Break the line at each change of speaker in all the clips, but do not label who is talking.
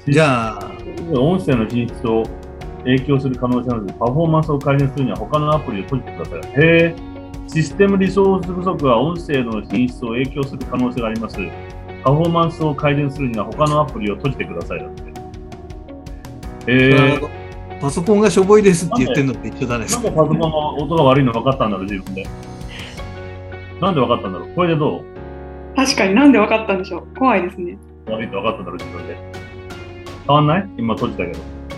じゃあ、
音声の品質を影響する可能性なので、パフォーマンスを改善するには他のアプリを閉じてください。へえ、システムリソース不足は音声の品質を影響する可能性があります。パフォーマンスを改善するには他のアプリを閉じてくださいだって。
パソコンがしょぼいですって言ってるのって一緒だね。
なんでパソコンの音が悪いの分かったんだろう、自分で。なんで分かったんだろう。これでどう？
確かになんで分かったんでしょう。怖いですね。
悪いって分かったんだろう、自分で。変わんない？今閉じたけど。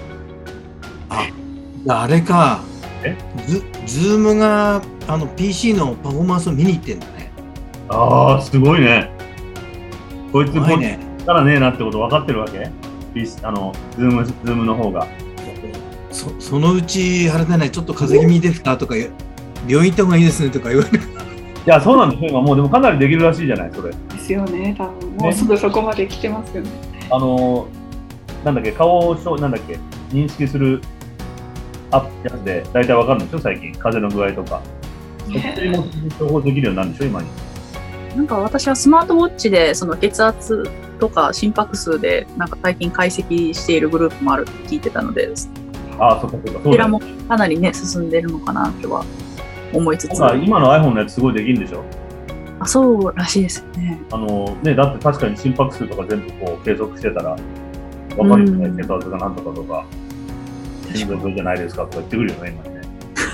あれか。
え？
ズームがPC のパフォーマンスを見に行ってんだね。
ああ、すごいね。こいつ、
怖いね。
からねえなってこと分かってるわけ？ズームの方が。
そのうち、あれだね、ちょっと風邪気味ですかとか、病院行った方がいいですねとか言われる。
いや、そうなんですよ。今もうでもかなりできるらしいじゃない、それ。
ですよね、多分。もうすぐそこまで来てますよね。
なんだっけ、顔を認識するやつで大体わかるんでしょ、最近。風邪の具合とか。そっちも情報できるようになるんでしょ、今に。
なんか私はスマートウォッチでその血圧とか心拍数でなんか最近解析しているグループもあるって聞いてたので、
ああ、そっかそっか。
こちらもかなりね、進んでるのかなとは思いつつ。
今の iPhone のやつすごいできるんでしょ？
そうらしいですよね。
だって確かに心拍数とか全部こう計測してたら分かるよね、血圧がなんとかとか、心臓病じゃないですかとか言ってくるよね、今ね。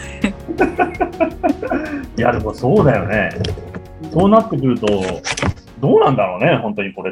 いや、でもそうだよね。そうなってくると、どうなんだろうね、本当にこれって。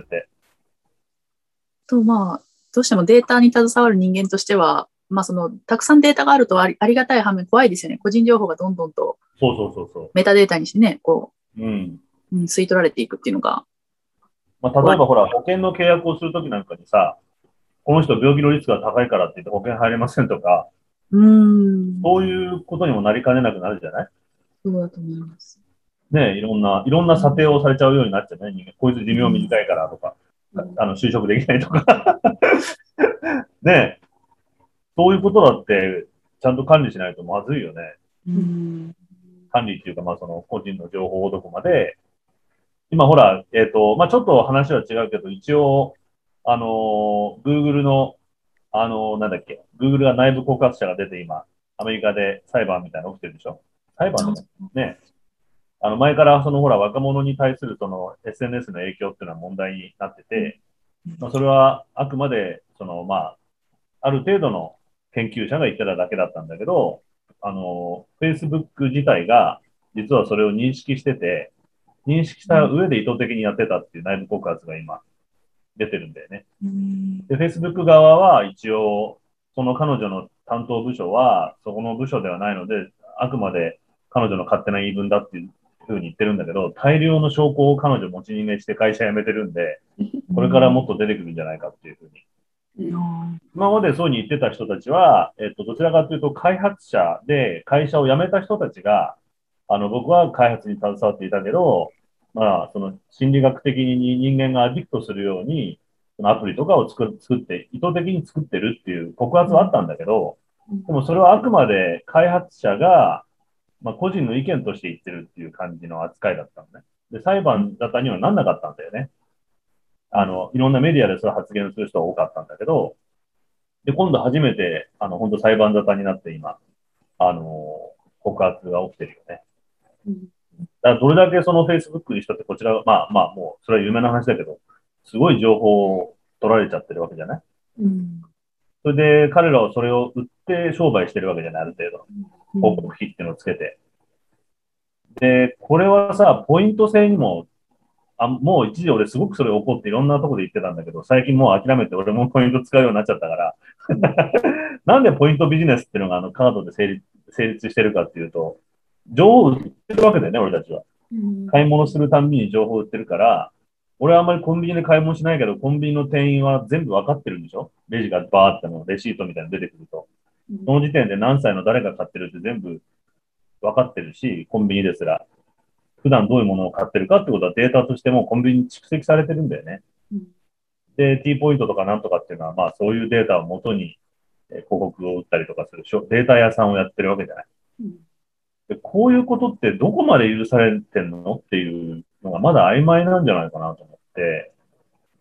まあ、どうしてもデータに携わる人間としては、まあ、たくさんデータがあるとありがたい反面怖いですよね。個人情報がどんどんとメタデータにしてね、吸い取られていくっていうのが。
まあ、例えばほら、保険の契約をするときなんかにさ、この人病気のリスクが高いからって言って保険入れませんとか、そういうことにもなりかねなくなるじゃない？
そうだと思います。
ね、いろんな査定をされちゃうようになっちゃうね、人間。こいつ寿命短いからとか、就職できないとか。ね、そういうことだってちゃんと管理しないとまずいよね。管理っていうか、まあその個人の情報をどこまで、今ほら、まあちょっと話は違うけど、一応、Google の、なんだっけ、Google が内部告発者が出て今、アメリカで裁判みたいなの起きてるでしょ？裁判でもね、前からそのほら若者に対するその SNS の影響っていうのは問題になってて、まあ、それはあくまでそのまあ、ある程度の研究者が言ってただけだったんだけど、Facebook 自体が実はそれを認識してて、認識した上で意図的にやってたっていう内部告発が今出てるんだよね。で、Facebook 側は一応、その彼女の担当部署は、そこの部署ではないので、あくまで彼女の勝手な言い分だっていうふうに言ってるんだけど、大量の証拠を彼女持ち逃げして会社辞めてるんで、これからもっと出てくるんじゃないかっていうふうに。今までそうに言ってた人たちは、どちらかというと開発者で会社を辞めた人たちが、僕は開発に携わっていたけど、まあ、その心理学的に人間がアディクトするように、そのアプリとかを作って、意図的に作ってるっていう告発はあったんだけど、でもそれはあくまで開発者が、まあ、個人の意見として言ってるっていう感じの扱いだったのね。で、裁判沙汰にはなんなかったんだよね。いろんなメディアでそういう発言する人が多かったんだけど、で、今度初めて、本当裁判沙汰になって今、告発が起きてるよね。だからどれだけその Facebook にしたってこちらが、まあまあもう、それは有名な話だけど、すごい情報を取られちゃってるわけじゃない？それで彼らはそれを売って商売してるわけじゃない、ある程度。広告費っていうのをつけて。で、これはさ、ポイント制にも、もう一時俺すごくそれ怒っていろんなところで言ってたんだけど、最近もう諦めて俺もポイント使うようになっちゃったから、なんでポイントビジネスっていうのがカードで成立してるかっていうと、情報を売ってるわけだよね、俺たちは。買い物するたんびに情報を売ってるから、俺はあんまりコンビニで買い物しないけど、コンビニの店員は全部分かってるんでしょ？レジがバーってのレシートみたいなの出てくると。その時点で何歳の誰が買ってるって全部分かってるし、コンビニですら。普段どういうものを買ってるかってことはデータとしてもコンビニに蓄積されてるんだよね。で、T ポイントとかなんとかっていうのは、まあそういうデータを元に広告を売ったりとかするデータ屋さんをやってるわけじゃない。でこういうことってどこまで許されてんのっていうのがまだ曖昧なんじゃないかなと思って、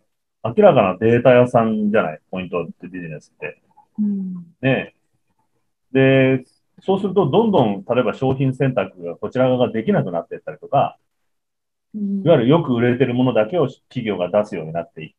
明らかなデータ屋さんじゃない、ポイントってビジネスって。ね。で、そうすると、どんどん、例えば商品選択がこちら側ができなくなっていったりとか、いわゆるよく売れてるものだけを企業が出すようになっていって、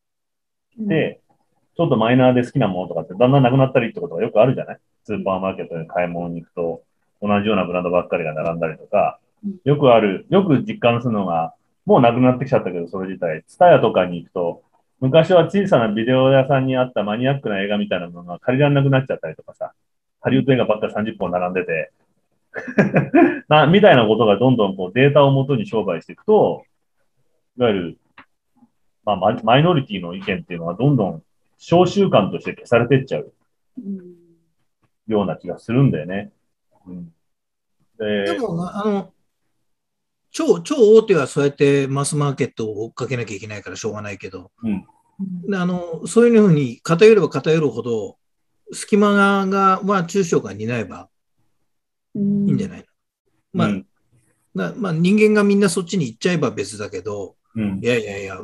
ちょっとマイナーで好きなものとかってだんだんなくなったりってことがよくあるじゃない？スーパーマーケットに買い物に行くと、同じようなブランドばっかりが並んだりとか、よく実感するのが、もうなくなってきちゃったけど、それ自体、ツタヤとかに行くと、昔は小さなビデオ屋さんにあったマニアックな映画みたいなものが借りられなくなっちゃったりとかさ、ハリウッド映画ばっかり30本並んでてみたいなことがどんどんこうデータをもとに商売していくと、いわゆる、マイノリティの意見っていうのはどんどん小習慣として消されていっちゃうような気がするんだよね。
でも、超大手はそうやってマスマーケットを追っかけなきゃいけないからしょうがないけど、そういうふうに偏れば偏るほど、隙間が中小が担えばいいんじゃないの？人間がみんなそっちに行っちゃえば別だけど、いや、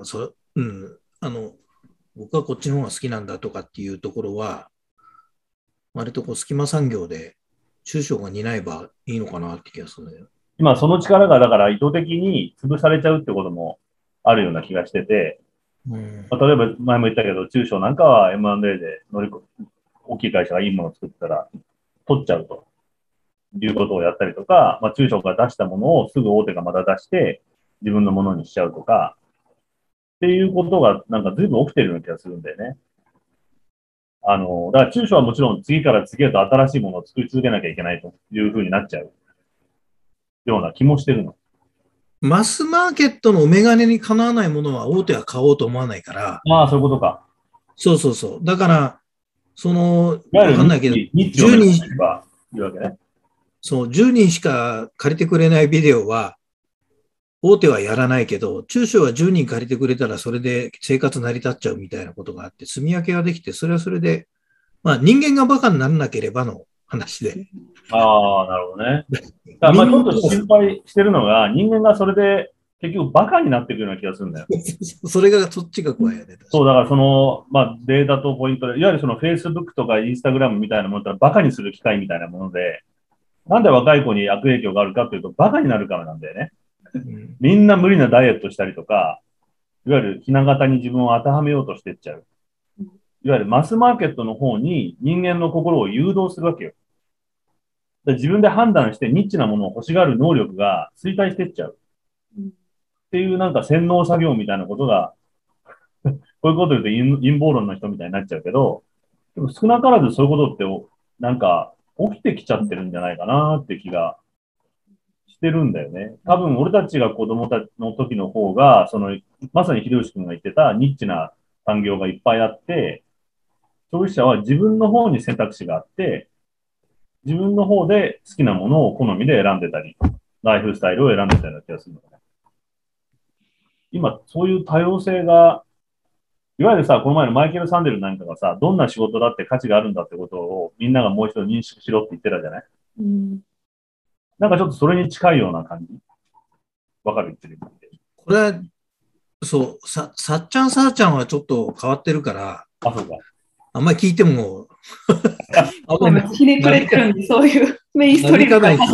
僕はこっちの方が好きなんだとかっていうところは、割と隙間産業で中小が担えばいいのかなって気がするんだよ。
今その力がだから意図的に潰されちゃうってこともあるような気がしてて、例えば前も言ったけど、中小なんかは M&A で大きい会社がいいものを作ったら取っちゃうということをやったりとか、中小が出したものをすぐ大手がまた出して自分のものにしちゃうとか、っていうことがなんか随分起きてるような気がするんだよね。だから中小はもちろん次から次へと新しいものを作り続けなきゃいけないというふうになっちゃうような気もしてるの。
マスマーケットのお眼鏡にかなわないものは大手は買おうと思わないから。
そういうことか。
そう。だから、わ
かんないけど、10人しかいるわけね。
そう、10人しか借りてくれないビデオは、大手はやらないけど、中小は10人借りてくれたらそれで生活成り立っちゃうみたいなことがあって、積み分けができて、それはそれで、人間がバカにならなければの話で。
なるほどね。ちょっと心配してるのが、人間がそれで結局バカになっていくような気がするんだよ。
そっちが怖いよね。
そう、だからデータとポイントで、いわゆるFacebook とか Instagram みたいなものってバカにする機会みたいなもので、なんで若い子に悪影響があるかというと、バカになるからなんだよね。みんな無理なダイエットしたりとか、いわゆるひな形に自分を当てはめようとしていっちゃう。いわゆるマスマーケットの方に人間の心を誘導するわけよ。自分で判断してニッチなものを欲しがる能力が衰退していっちゃう。っていうなんか洗脳作業みたいなことが、こういうこと言うと陰謀論の人みたいになっちゃうけど、でも少なからずそういうことってなんか起きてきちゃってるんじゃないかなって気がしてるんだよね。多分俺たちが子供たちの時の方が、まさに秀吉君が言ってたニッチな産業がいっぱいあって、消費者は自分の方に選択肢があって、自分の方で好きなものを好みで選んでたり、ライフスタイルを選んでたような気がするのね。今、そういう多様性が、いわゆるさ、この前のマイケル・サンデルなんかがさ、どんな仕事だって価値があるんだってことをみんながもう一度認識しろって言ってたじゃない？なんかちょっとそれに近いような感じ。わかる言ってる。
これは、そう、さっちゃんはちょっと変わってるから、
そうか。
あんまり聞いても、
ひねくれてるんで、そういうメインストリームが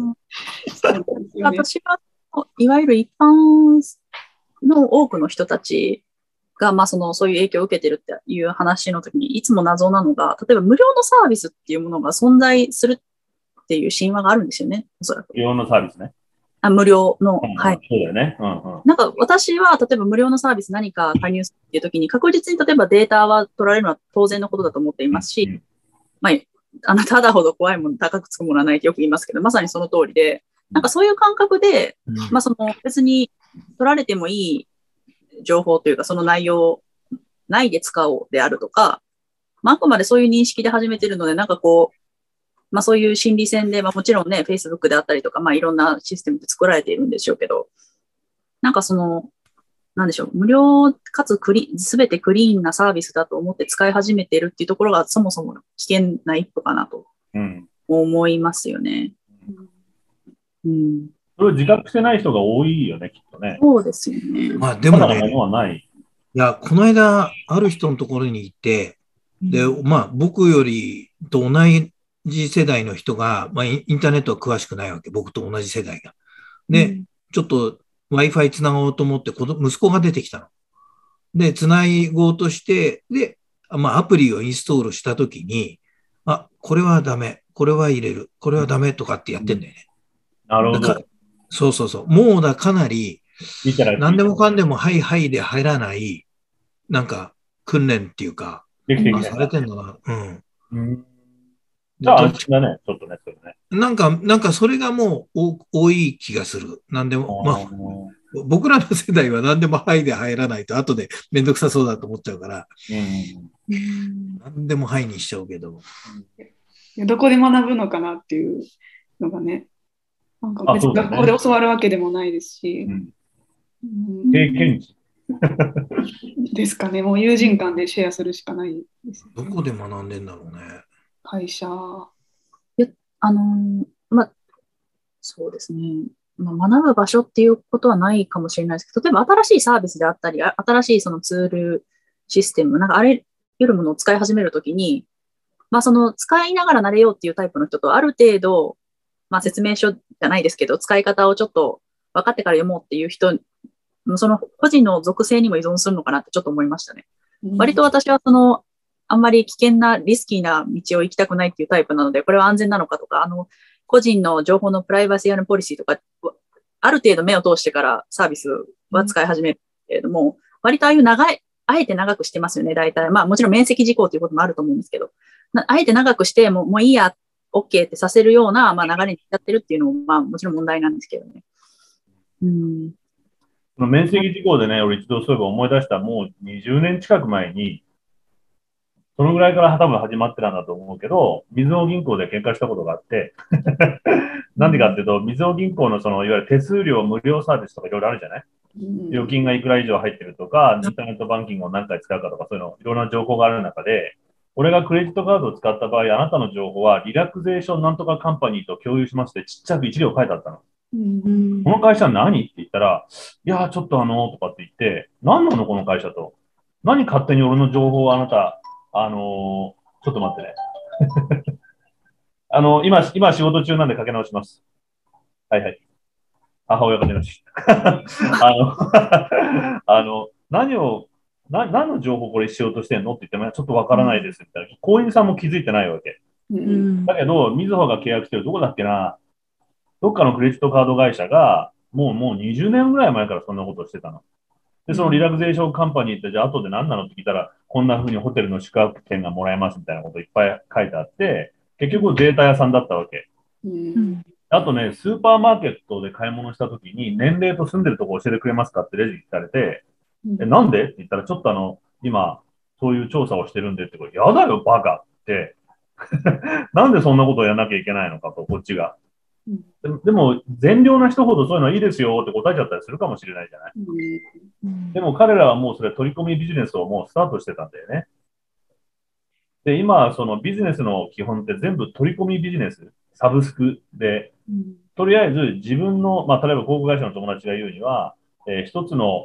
私は、いわゆる一般の多くの人たちが、そういう影響を受けてるっていう話の時に、いつも謎なのが、例えば無料のサービスっていうものが存在するっていう神話があるんですよね、おそらく。
無料のサービスね。
無料の、はい。
そうだよね。
なんか私は、例えば無料のサービス何か加入するっていう時に、確実に例えばデータは取られるのは当然のことだと思っていますし、ただほど怖いもの高くつくものはないってよく言いますけど、まさにその通りで、なんかそういう感覚で、別に取られてもいい情報というか、その内容内で使おうであるとか、あくまでそういう認識で始めてるので、なんかそういう心理戦で、もちろんね、Facebook であったりとか、いろんなシステムで作られているんでしょうけど、なんかなんでしょう、無料かつすべてクリーンなサービスだと思って使い始めているっていうところが、そもそも危険な一歩かなと思いますよね。
それを自覚してない人が多いよね、きっとね。
そうですよね。
でもね、
ものはない。
いや、この間、ある人のところに行って、で、まあ、僕よりと同じ世代の人が、まあ、インターネットは詳しくないわけ。僕と同じ世代が。で、ちょっと Wi-Fi つなごうと思って、息子が出てきたの。で、つなごうとして、で、まあ、アプリをインストールしたときに、あ、これはダメ、これは入れる、これはダメとかってやってんだよね。
なるほど。
そうそうそう。もうかなり、何でもかんでもはいはいで入らない、なんか、訓練っていうか、されてんだな。うん。
じゃあ安心だね、ちょっとね、それね。
なんかそれがもう多い気がする。何でも、まあ、僕らの世代は何でもはいで入らないと、後でめんどくさそうだと思っちゃうから、何でもはいにしちゃうけど。
どこで学ぶのかなっていうのがね、なんか別に学校で教わるわけでもないですし。
経験値
ですかね、もう友人間でシェアするしかないです、
ね。どこで学んでんだろうね。
会社。
まあ、そうですね。まあ、学ぶ場所っていうことはないかもしれないですけど、例えば新しいサービスであったり、新しいそのツールシステム、なんかあらゆるものを使い始めるときに、まあその使いながら慣れようっていうタイプの人と、ある程度、まあ説明書じゃないですけど、使い方をちょっと分かってから読もうっていう人、その個人の属性にも依存するのかなってちょっと思いましたね。割と私はあんまり危険なリスキーな道を行きたくないっていうタイプなので、これは安全なのかとか、個人の情報のプライバシーのポリシーとか、ある程度目を通してからサービスは使い始めるけれども、割とあえて長くしてますよね、大体。まあもちろん面積事項ということもあると思うんですけど、あえて長くして、もういいや、OK ってさせるような、まあ、流れにやってるっていうのも、まあもちろん問題なんですけどね。
その面積事項でね、俺一度そういえば思い出した、もう20年近く前に、そのぐらいから多分始まってたんだと思うけど、みずほ銀行で喧嘩したことがあって、なんでかっていうと、みずほ銀行のいわゆる手数料無料サービスとかいろいろあるじゃない？料金がいくら以上入ってるとか、インターネットバンキングを何回使うかとか、そういうの、いろんな情報がある中で、俺がクレジットカードを使った場合、あなたの情報はリラクゼーションなんとかカンパニーと共有しますってちっちゃく1行書いてあったの。この会社は何って言ったら、いや、ちょっととかって言って、何なのこの会社と。何勝手に俺の情報をあなた、ちょっと待ってね。今仕事中なんでかけ直します。はいはい。母親が出ました。何の情報これしようとしてんのって言っても、ちょっとわからないですみたいな。行員さんも気づいてないわけ。だけど、みずほが契約してるどこだっけな、どっかのクレジットカード会社が、もう20年ぐらい前からそんなことをしてたの。で、そのリラクゼーションカンパニーって、じゃあ後で何なのって聞いたら、こんな風にホテルの宿泊券がもらえますみたいなこといっぱい書いてあって、結局データ屋さんだったわけ。あとね、スーパーマーケットで買い物したときに、年齢と住んでるとこ教えてくれますかってレジに聞かれて、なんでって言ったら、ちょっと今、そういう調査をしてるんでって、これ、やだよ、バカって。なんでそんなことをやらなきゃいけないのかと、こっちが。でも、善良な人ほどそういうのはいいですよって答えちゃったりするかもしれないじゃない。でも彼らはもうそれ取り込みビジネスをもうスタートしてたんだよね。で、今、そのビジネスの基本って全部取り込みビジネス、サブスクで、とりあえず自分の、まあ、例えば航空会社の友達が言うには、一つの、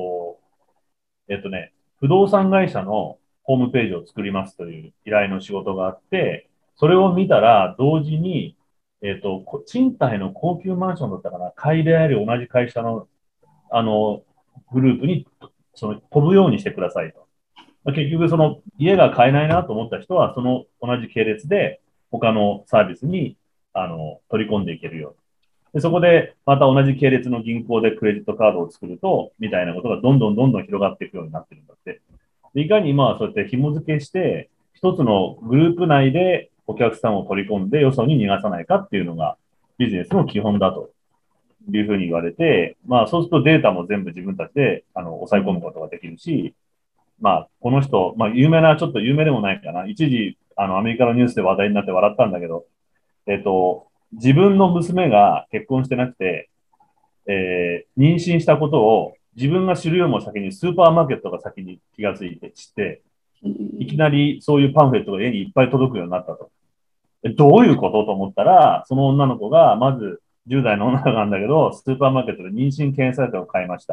不動産会社のホームページを作りますという依頼の仕事があって、それを見たら同時に、賃貸の高級マンションだったかな、買いである同じ会社の、グループに、飛ぶようにしてくださいと。結局、その家が買えないなと思った人は、その同じ系列で他のサービスに、取り込んでいけるように。で、そこでまた同じ系列の銀行でクレジットカードを作ると、みたいなことがどんどん広がっていくようになってるんだって。で、いかに今はそうやって紐付けして、一つのグループ内でお客さんを取り込んでよそに逃がさないかっていうのがビジネスの基本だというふうに言われて、まあそうするとデータも全部自分たちで抑え込むことができるし、まあこの人、まあちょっと有名でもないかな。一時、アメリカのニュースで話題になって笑ったんだけど、自分の娘が結婚してなくて、妊娠したことを自分が知るよりも先にスーパーマーケットが先に気がついて知って、いきなりそういうパンフレットが家にいっぱい届くようになったと。どういうことと思ったら、その女の子がまず10代の女の子なんだけど、スーパーマーケットで妊娠検査薬を買いました。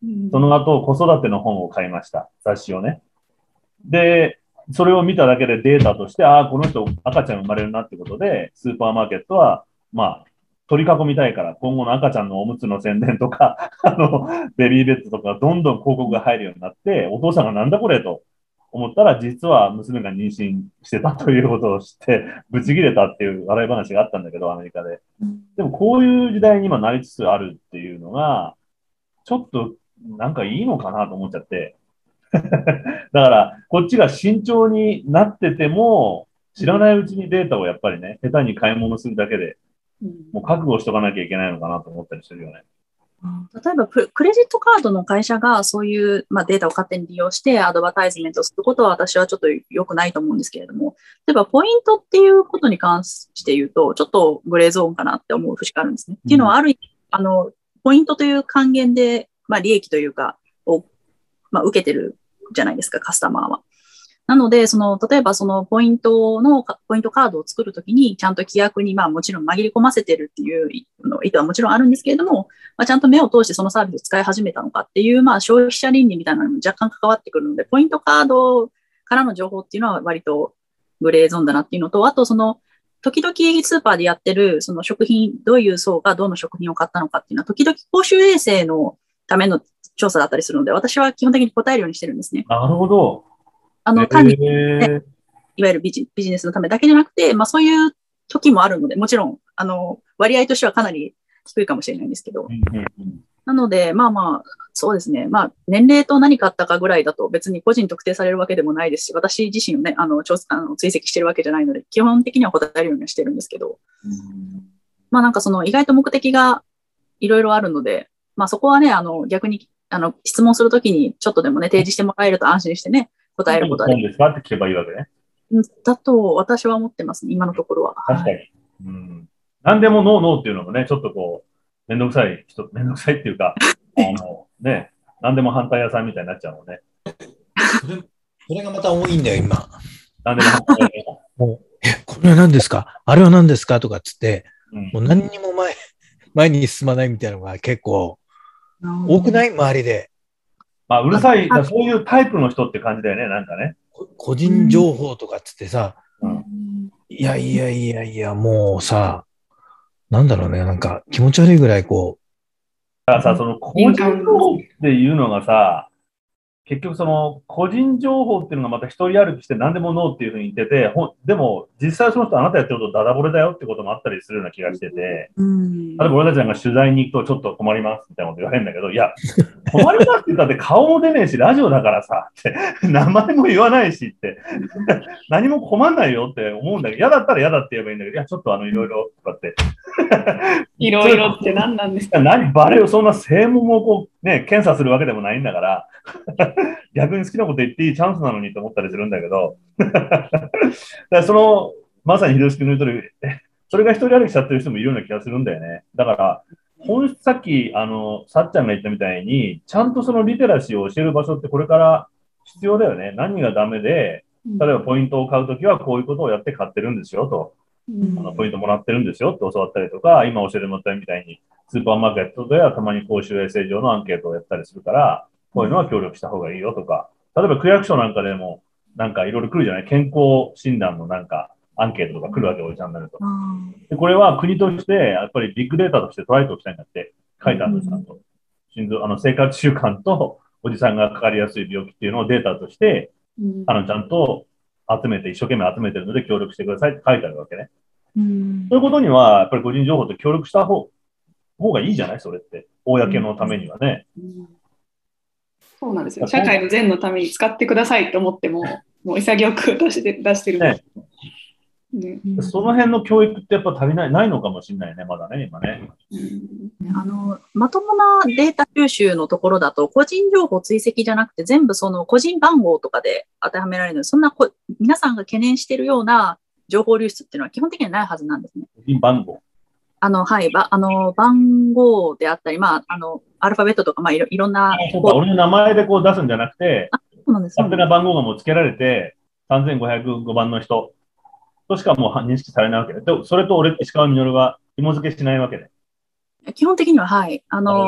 その後、子育ての本を買いました。雑誌をね。で、それを見ただけでデータとして、ああ、この人赤ちゃん生まれるなってことで、スーパーマーケットは、まあ、取り囲みたいから、今後の赤ちゃんのおむつの宣伝とか、ベビーベッドとか、どんどん広告が入るようになって、お父さんがなんだこれと思ったら、実は娘が妊娠してたということを知って、ブチ切れたっていう笑い話があったんだけど、アメリカで。でも、こういう時代に今なりつつあるっていうのが、ちょっと、なんかいいのかなと思っちゃって。だから、こっちが慎重になってても、知らないうちにデータをやっぱりね、下手に買い物するだけで、もう覚悟しとかなきゃいけないのかなと思ったりするよね。
例えばクレジットカードの会社がそういう、データを勝手に利用してアドバタイズメントすることは私はちょっと良くないと思うんですけれども、例えばポイントっていうことに関して言うと、ちょっとグレーゾーンかなって思う節があるんですね。っていうのは、ある意味、ポイントという還元で、利益というか、を、受けてるじゃないですか、カスタマーは。なので、例えばポイントカードを作るときに、ちゃんと規約に、もちろん紛れ込ませてるっていう意図はもちろんあるんですけれども、ちゃんと目を通してそのサービスを使い始めたのかっていう、消費者倫理みたいなのも若干関わってくるので、ポイントカードからの情報っていうのは割とグレーゾーンだなっていうのと、あと時々スーパーでやってる、食品、どういう層がどの食品を買ったのかっていうのは、時々公衆衛生のための調査だったりするので、私は基本的に答えるようにしてるんですね。
なるほど。
単に、ね、いわゆるビジネスのためだけじゃなくて、そういう時もあるので、もちろん、割合としてはかなり低いかもしれないんですけど。なので、そうですね。年齢と何買ったかぐらいだと別に個人特定されるわけでもないですし、私自身をね、追跡してるわけじゃないので、基本的には答えるようにはしてるんですけど、意外と目的がいろいろあるので、そこはね、逆に、質問するときにちょっとでもね、提示してもらえると安心してね、答えることは
できる。何ですかって聞けばいいわけね。
だと私は思ってますね、今のところは。
確かに。何でもノーノーっていうのもね、ちょっとめんどくさいっていうか、ね、何でも反対屋さんみたいになっちゃうのね。
それがまた多いんだよ、今。
何でも反対屋さん。
これは何ですかあれは何ですかとかっつって、もう何にも前に進まないみたいなのが結構多くない周りで。
うるさい、そういうタイプの人って感じだよね、なんかね。
個人情報とかっつってさ、いや、もうさ、なんだろうね、なんか気持ち悪いぐらいだ
からさ、個人情報っていうのがさ、結局個人情報っていうのがまた一人歩きして何でもノーっていうふうに言ってて、でも実際その人あなたやってることダダ漏れだよってこともあったりするような気がしてて、例えば俺たちなんか取材に行くとちょっと困りますみたいなこと言われるんだけど、いや、困りますって言ったって顔も出ねえし、ラジオだからさ、って名前も言わないしって、何も困んないよって思うんだけど、嫌だったら嫌だって言えばいいんだけど、いや、ちょっといろいろとかって。
いろいろって何なんですか？
バレをそんな正門を検査するわけでもないんだから、逆に好きなこと言っていいチャンスなのにと思ったりするんだけど、だからまさに秀吉君の言う通り、それが一人歩きしちゃってる人もいるような気がするんだよね。だから、さっき、さっちゃんが言ったみたいに、ちゃんとリテラシーを教える場所ってこれから必要だよね。何がダメで、例えばポイントを買うときはこういうことをやって買ってるんですよと。ポイントもらってるんですよって教わったりとか、今教えてもらったみたいに、スーパーマーケットではたまに公衆衛生上のアンケートをやったりするから、こういうのは協力した方がいいよとか、例えば区役所なんかでも、なんかいろいろ来るじゃない？健康診断のなんかアンケートとか来るわけ、おじちゃんになると。で、これは国として、やっぱりビッグデータとして捉えておきたいんだって書いてあるんです、ちゃんと。生活習慣とおじさんがかかりやすい病気っていうのをデータとして、ちゃんと一生懸命集めてるので協力してくださいって書いてあるわけね。そういうことには、やっぱり個人情報と協力した方がいいじゃない？それって。公のためにはね。
そうなんですよ。社会の善のために使ってくださいと思っても、もう潔く出してるね。
その辺の教育ってやっぱ足りないのかもしれないね、まだね、今ね。
まともなデータ収集のところだと、個人情報追跡じゃなくて、全部個人番号とかで当てはめられるので、そんな皆さんが懸念しているような情報流出っていうのは基本的にはないはずなんですね。
個人番号
はい、番号であったり、アルファベットとか、いろんな。
俺の名前で出すんじゃなくて、勝手な番号がもう付けられて、3505番の人としかもう認識されないわけで、それと俺、石川稔は紐付けしないわけで。
基本的には、はい。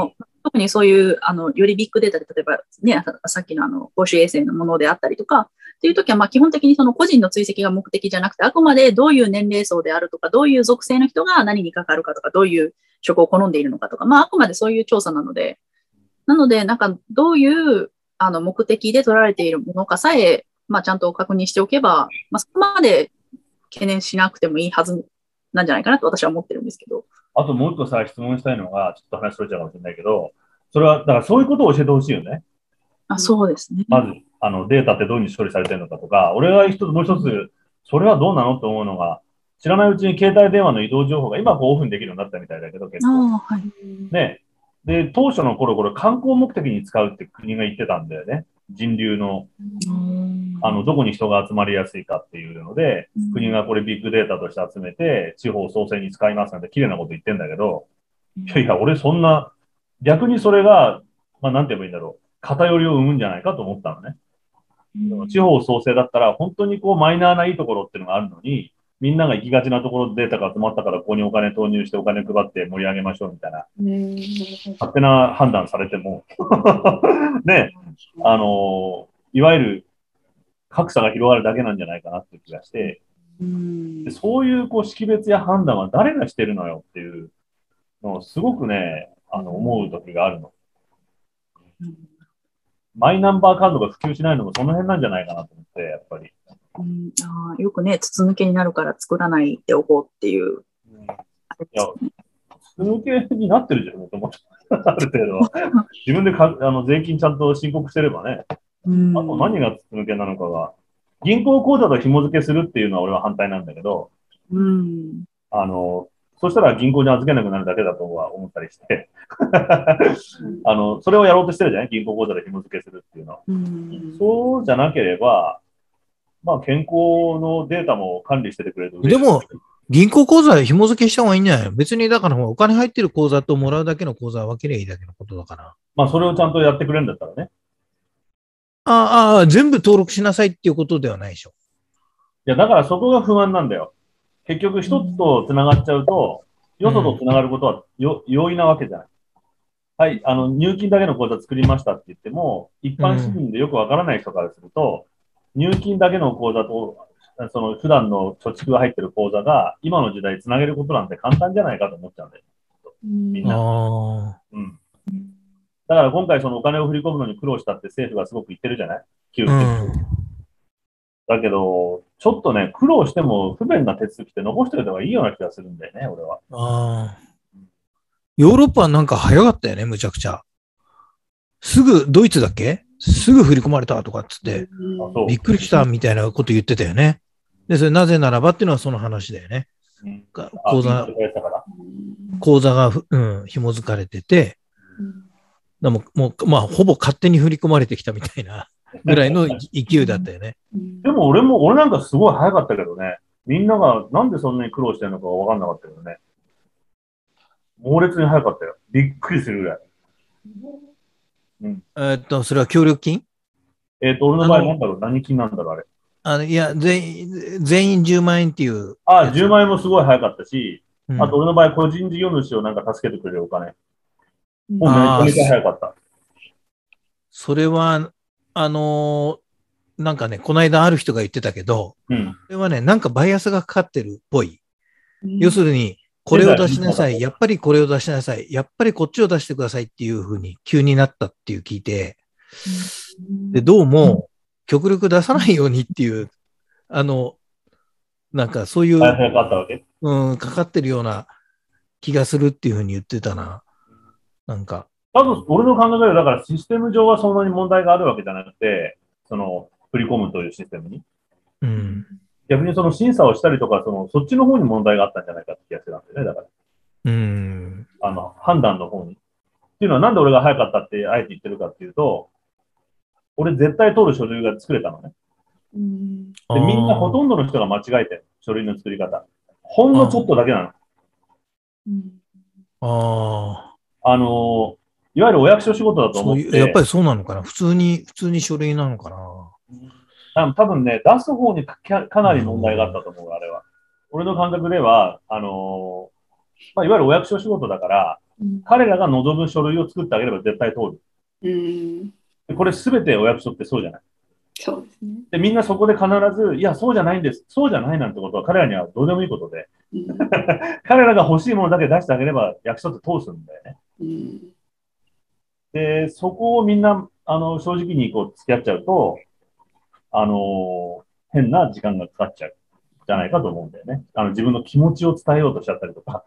特にそういう、よりビッグデータで、例えばね、さっきの公衆衛生のものであったりとか、っていうときは、基本的にその個人の追跡が目的じゃなくて、あくまでどういう年齢層であるとか、どういう属性の人が何にかかるかとか、どういう職を好んでいるのかとか、あくまでそういう調査なので、なんか、どういう、目的で取られているものかさえ、ちゃんと確認しておけば、そこまで懸念しなくてもいいはずなんじゃないかなと私は思ってるんですけど。
あともう一個さ、質問したいのが、ちょっと話しとれちゃうかもしれないけど、それは、だからそういうことを教えてほしいよね。
そうですね。
まず、データってどういうふうに処理されてるのかとか、俺がもう一つ、それはどうなのと思うのが、知らないうちに携帯電話の移動情報が今オフにできるようになったみたいだけど、結構。
はい、
ね。で、当初の頃、これ観光目的に使うって国が言ってたんだよね。人流の、どこに人が集まりやすいかっていうので、国がこれビッグデータとして集めて、地方創生に使いますなんて綺麗なこと言ってんだけど、いや、俺そんな、逆にそれが、なんて言えばいいんだろう。偏りを生むんじゃないかと思ったのね。地方創生だったら、本当にマイナーないいところっていうのがあるのに、みんなが行きがちなところでデータが集まったから、ここにお金投入してお金配って盛り上げましょうみたいな、勝手な判断されても、ね、いわゆる格差が広がるだけなんじゃないかなっていう気がして、でそういう識別や判断は誰がしてるのよっていうのをすごくね、思う時があるの。マイナンバーカードが普及しないのもその辺なんじゃないかなと思って、やっぱり。
よくね、筒抜けになるから作らないでおこうっていう。
いや、筒抜けになってるじゃん、もともと。ある程度は。自分で税金ちゃんと申告してればね。あと何が筒抜けなのかが。銀行口座と紐付けするっていうのは俺は反対なんだけど、そしたら銀行に預けなくなるだけだとは思ったりしてそれをやろうとしてるじゃない、銀行口座で紐付けするっていうのは。そうじゃなければ、健康のデータも管理しててくれる。
でも、銀行口座で紐付けした方がいいんじゃないの？別にだからお金入ってる口座ともらうだけの口座は分ければいいだけのことだから。
それをちゃんとやってくれるんだったらね。
全部登録しなさいっていうことではないでしょ。
いや、だからそこが不安なんだよ。結局一つと繋がっちゃうと、よそと繋がることは容易なわけじゃない。はい、入金だけの口座作りましたって言っても、一般市民でよくわからない人からすると、入金だけの口座と、その普段の貯蓄が入ってる口座が、今の時代繋げることなんて簡単じゃないかと思っちゃうんだよ。みんな。だから今回そのお金を振り込むのに苦労したって政府がすごく言ってるじゃない？給付金。だけど、ちょっとね、苦労しても不便な手続きって残しておいた方がいいような気がするんだよね、俺は。
ヨーロッパはなんか早かったよね、むちゃくちゃ。すぐ、ドイツだっけ？すぐ振り込まれたとかっつって、びっくりしたみたいなこと言ってたよね。で、それなぜならばっていうのはその話だよね。口座が、紐づかれてて、でもほぼ勝手に振り込まれてきたみたいなぐらいの勢いだったよね。
でも俺なんかすごい早かったけどね。みんながなんでそんなに苦労してるのかわかんなかったけどね。猛烈に早かったよ。びっくりするぐらい。
それは協力金？
俺の場合なんだろう、何金なんだろう、あれ。
いや、全員10万円っていう。
10万円もすごい早かったし、あと俺の場合、個人事業主をなんか助けてくれるお金。もうめちゃめちゃ早かった。
それは、なんかね、この間ある人が言ってたけど、それはね、なんかバイアスがかかってるっぽい。要するに、これを出しなさい。やっぱりこれを出しなさい。やっぱりこっちを出してくださいっていうふうに急になったっていう聞いて、で、どうも、極力出さないようにっていう、なんかそういう、かかってるような気がするっていうふうに言ってたな。なんか。
多分、俺の考えでは、だからシステム上はそんなに問題があるわけじゃなくて、振り込むというシステムに。逆にその審査をしたりとか、そっちの方に問題があったんじゃないかって気がしてたんだよね、だから。判断の方に。っていうのはなんで俺が早かったってあえて言ってるかっていうと、俺絶対通る書類が作れたのね。で、みんなほとんどの人が間違えてる。書類の作り方。ほんのちょっとだけなの。いわゆるお役所仕事だと思って。
やっぱりそうなのかな。普通に書類なのかな。
多分ね、出す方にかなり問題があったと思う、あれは。俺の感覚では、 まあ、いわゆるお役所仕事だから、彼らが望む書類を作ってあげれば絶対通る。これすべてお役所ってそうじゃない。
そうですね。
で、みんなそこで必ず、いや、そうじゃないんです。そうじゃないなんてことは彼らにはどうでもいいことで、彼らが欲しいものだけ出してあげれば役所って通すんだよね。で、そこをみんな、正直にこう付き合っちゃうと、変な時間がかかっちゃう。じゃないかと思うんだよね。自分の気持ちを伝えようとしちゃったりとか。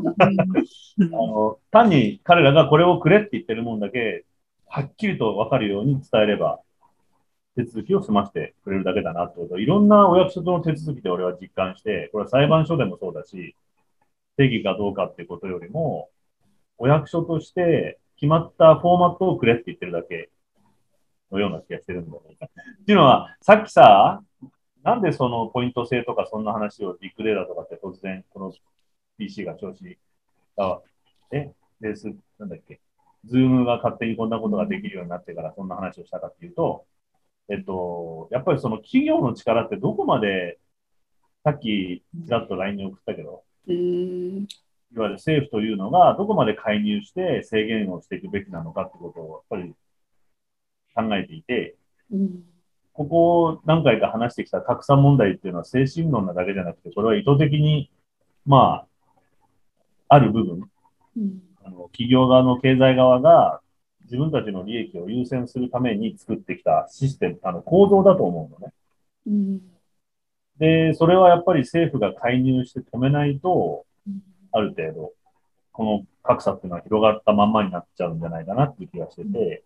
単に彼らがこれをくれって言ってるもんだけ、はっきりと分かるように伝えれば、手続きを済ませてくれるだけだなってこと。いろんなお役所の手続きで俺は実感して、これは裁判所でもそうだし、正義かどうかっていうことよりも、お役所として決まったフォーマットをくれって言ってるだけのような気がしてるんだよね。っていうのは、さっきさ、なんでそのポイント制とかそんな話をビッグデータとかって突然この PC が調子が、なんだっけ、ズームが勝手にこんなことができるようになってからそんな話をしたかっていうと、やっぱりその企業の力ってどこまで、さっきちらっと LINE に送ったけど、いわゆる政府というのがどこまで介入して制限をしていくべきなのかってことをやっぱり考えていて、ここ何回か話してきた格差問題っていうのは精神論なだけじゃなくて、これは意図的に、まあ、ある部分、企業側の経済側が自分たちの利益を優先するために作ってきたシステム、構造だと思うのね。で、それはやっぱり政府が介入して止めないと、ある程度、この格差っていうのは広がったまんまになっちゃうんじゃないかなっていう気がしてて、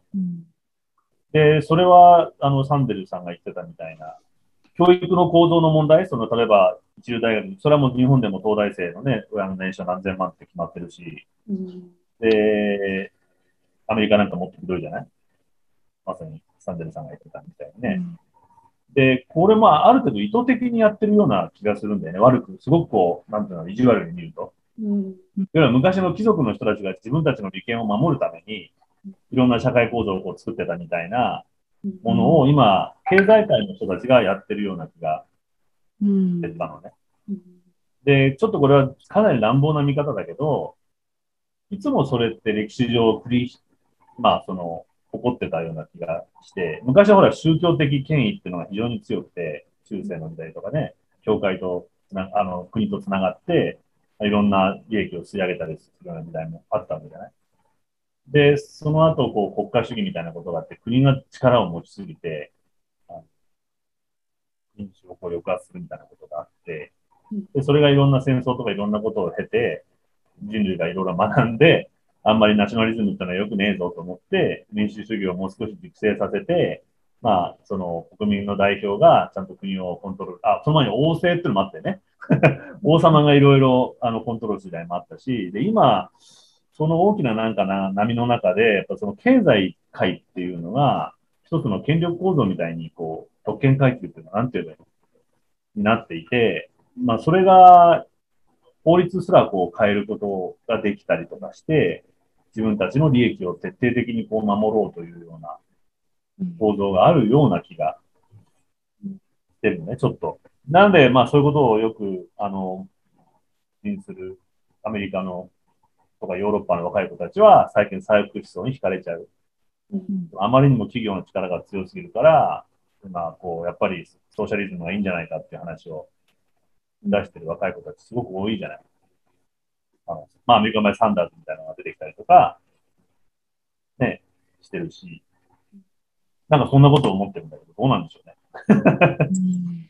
で、それは、サンデルさんが言ってたみたいな、教育の構造の問題、例えば、一流大学、それはもう日本でも東大生のね、親の年収何千万って決まってるし、で、アメリカなんかもっとひどいじゃない？まさにサンデルさんが言ってたみたいにね。で、これある程度意図的にやってるような気がするんだよね。悪く、すごくこう、なんていうの、意地悪に見ると。要は昔の貴族の人たちが自分たちの利権を守るために、いろんな社会構造をこう作ってたみたいなものを今、経済界の人たちがやってるような気がしてたのね。で、ちょっとこれはかなり乱暴な見方だけど、いつもそれって歴史上起こってたような気がして、昔はほら宗教的権威っていうのが非常に強くて、中世の時代とかね、教会と国とつながって、いろんな利益を吸い上げたりするような時代もあったわけじゃない。で、その後、こう、国家主義みたいなことがあって、国が力を持ちすぎて、民主をこう抑圧するみたいなことがあって、で、それがいろんな戦争とかいろんなことを経て、人類がいろいろ学んで、あんまりナショナリズムってのは良くねえぞと思って、民主主義をもう少し熟成させて、その国民の代表がちゃんと国をコントロール、その前に王政っていうのもあってね、王様がいろいろコントロールする時代もあったし、で、今、その大きな波の中で、やっぱその経済界っていうのが、一つの権力構造みたいに、こう、特権階級っていうのは、なんていうのになっていて、それが、法律すらこう変えることができたりとかして、自分たちの利益を徹底的にこう守ろうというような構造があるような気がしてるね、ちょっと。なんで、そういうことをよく、気するアメリカのとかヨーロッパの若い子たちは最近左翼思想に惹かれちゃう。あまりにも企業の力が強すぎるから、やっぱりソーシャリズムがいいんじゃないかっていう話を出してる若い子たちすごく多いじゃない。アメリカ前サンダーズみたいなのが出てきたりとか、ね、してるし、なんかそんなことを思ってるんだけど、どうなんでしょうね。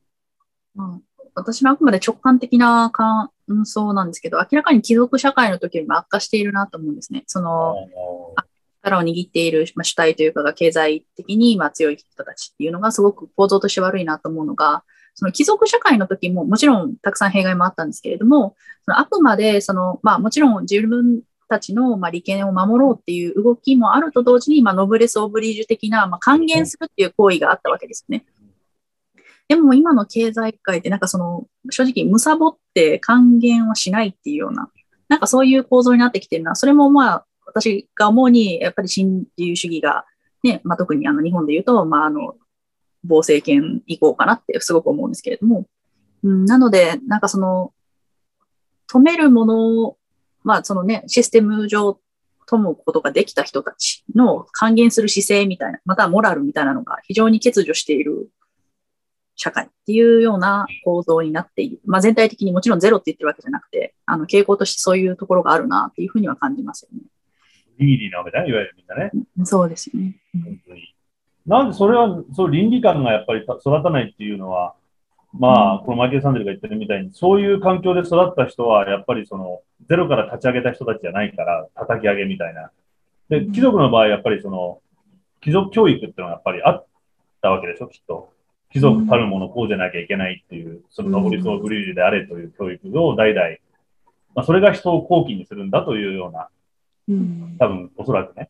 私はあくまで直感的な感想なんですけど、明らかに貴族社会の時よりも悪化しているなと思うんですね。力を握っている主体というかが経済的に強い人たちっていうのがすごく構造として悪いなと思うのが、その貴族社会の時ももちろんたくさん弊害もあったんですけれども、あくまでもちろん自分たちの利権を守ろうっていう動きもあると同時に、ノブレス・オブリージュ的な還元するっていう行為があったわけですね。でも今の経済界って正直貪って還元はしないっていうような、そういう構造になってきてるな。それも私が思うに、やっぱり新自由主義がね、特に日本で言うと、暴政権以降かなってすごく思うんですけれども。なので、 止めるものを、まあそのね、システム上止むことができた人たちの還元する姿勢みたいな、またはモラルみたいなのが非常に欠如している社会っていうような構造になっている。まあ全体的にもちろんゼロって言ってるわけじゃなくて、傾向としてそういうところがあるなっていうふうには感じますよね。
リーリーなわけだね、いわゆるみんなね。
そうですよね。
本当に。なんでそれは、そう倫理観がやっぱり育たないっていうのは、まあ、このマイケル・サンデルが言ってるみたいに、そういう環境で育った人は、やっぱりその、ゼロから立ち上げた人たちじゃないから、叩き上げみたいな。で、貴族の場合、やっぱりその、貴族教育っていうのはやっぱりあったわけでしょ、きっと。貴族たるものこうじゃなきゃいけないっていう、そのノブリス・オブリージュであれという教育を代々、まあ、それが人を好奇にするんだというような、多分、おそらくね、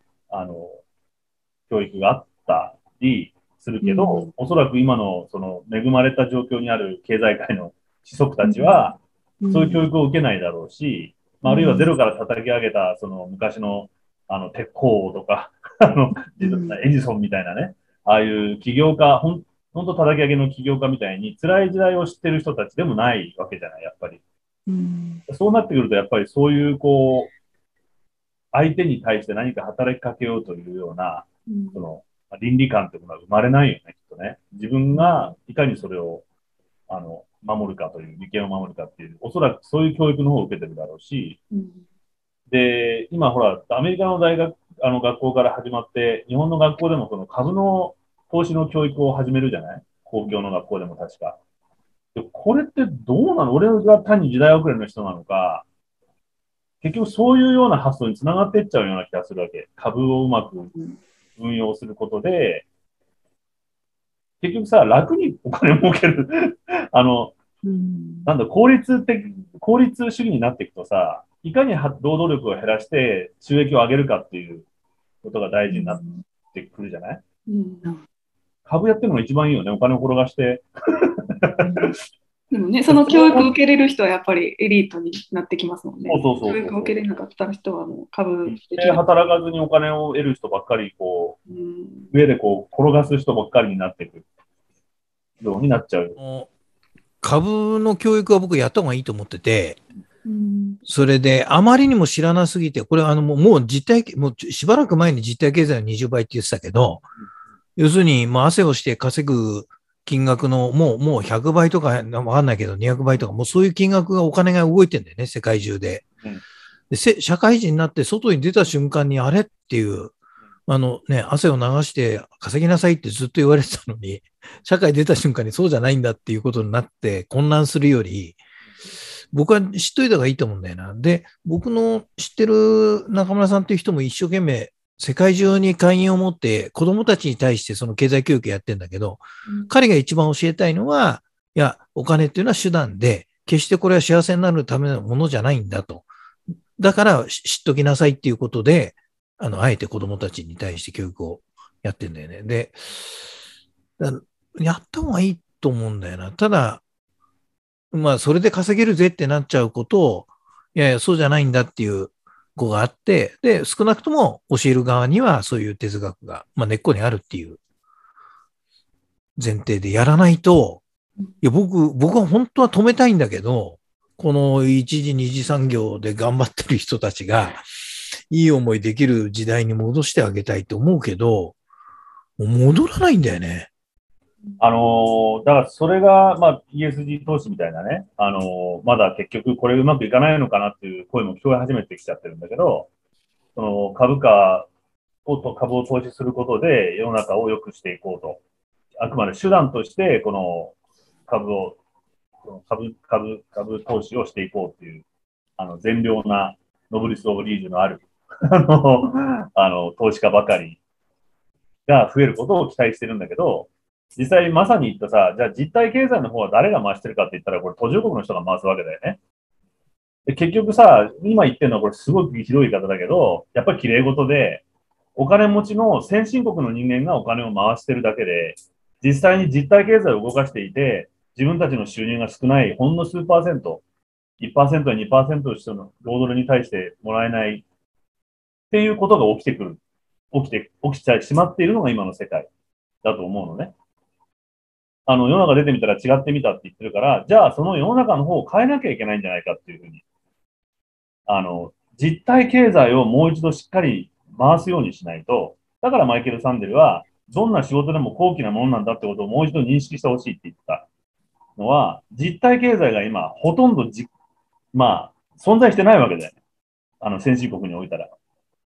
教育があったりするけど、おそらく今のその恵まれた状況にある経済界の子息たちは、そういう教育を受けないだろうし、まあ、あるいはゼロから叩き上げた、その昔の、鉄鋼王とか、エジソンみたいなね、ああいう起業家、ほんと叩き上げの起業家みたいに辛い時代を知ってる人たちでもないわけじゃない、やっぱり。そうなってくると、やっぱりそういう、こう、相手に対して何か働きかけようというような、その、倫理観っていうものは生まれないよね、きっとね。自分がいかにそれを、守るかという、利権を守るかっていう、おそらくそういう教育の方を受けてるだろうし、で、今ほら、アメリカの大学、学校から始まって、日本の学校でもその株の投資の教育を始めるじゃない？公共の学校でも確か。でこれってどうなの？俺が単に時代遅れの人なのか、結局そういうような発想につながっていっちゃうような気がするわけ。株をうまく運用することで、結局さ、楽にお金儲けるなんだ、効率主義になっていくとさ、いかに労働力を減らして収益を上げるかっていうことが大事になってくるじゃない？株やってるのが一番いいよね。お金を転がして。
でもね、その教育を受けれる人はやっぱりエリートになってきますもんね。
そう
教育を受けれなかった人はもう株
で働かずにお金を得る人ばっかり、こう、上でこう、転がす人ばっかりになっていくようになっちゃう。
株の教育は僕やった方がいいと思ってて、それであまりにも知らなすぎて、これもうしばらく前に実体経済の20倍って言ってたけど、要するに、汗をして稼ぐ金額のもう100倍とかわかんないけど200倍とか、もうそういう金額がお金が動いてんだよね、世界中で。で社会人になって外に出た瞬間にあれっていう、汗を流して稼ぎなさいってずっと言われてたのに、社会出た瞬間にそうじゃないんだっていうことになって混乱するより、僕は知っといた方がいいと思うんだよな。で、僕の知ってる中村さんっていう人も一生懸命世界中に会員を持って子供たちに対してその経済教育やってんだけど、彼が一番教えたいのは、いや、お金っていうのは手段で、決してこれは幸せになるためのものじゃないんだと。だから知っときなさいっていうことで、あえて子供たちに対して教育をやってんだよね。で、やった方がいいと思うんだよな。ただ、それで稼げるぜってなっちゃうことを、いやいや、そうじゃないんだっていう語があって、で、少なくとも教える側にはそういう哲学が、根っこにあるっていう前提でやらないと、いや、僕は本当は止めたいんだけど、この一次二次産業で頑張ってる人たちが、いい思いできる時代に戻してあげたいと思うけど、もう戻らないんだよね。
だからそれが、ESG 投資みたいなね、まだ結局これうまくいかないのかなっていう声も聞こえ始めてきちゃってるんだけど、その株を投資することで世の中を良くしていこうと。あくまで手段として、この株投資をしていこうっていう、善良なノブリス・オブリージュのある投資家ばかりが増えることを期待してるんだけど、実際まさに言ったさ、じゃあ実体経済の方は誰が回してるかって言ったら、これ途上国の人が回すわけだよね。で結局さ、今言ってるのはこれすごくひどい言い方だけど、やっぱり綺麗事で、お金持ちの先進国の人間がお金を回してるだけで、実際に実体経済を動かしていて、自分たちの収入が少ないほんの数パーセント、1% や 2% の人の労働に対してもらえないっていうことが起きちゃいしまっているのが今の世界だと思うのね。 世の中出てみたら違ってみたって言ってるから、じゃあその世の中の方を変えなきゃいけないんじゃないかっていうふうに、実体経済をもう一度しっかり回すようにしないと、だからマイケル・サンデルは、どんな仕事でも高貴なものなんだってことをもう一度認識してほしいって言ったのは、実体経済が今、ほとんどまあ、存在してないわけだよね。先進国においたら。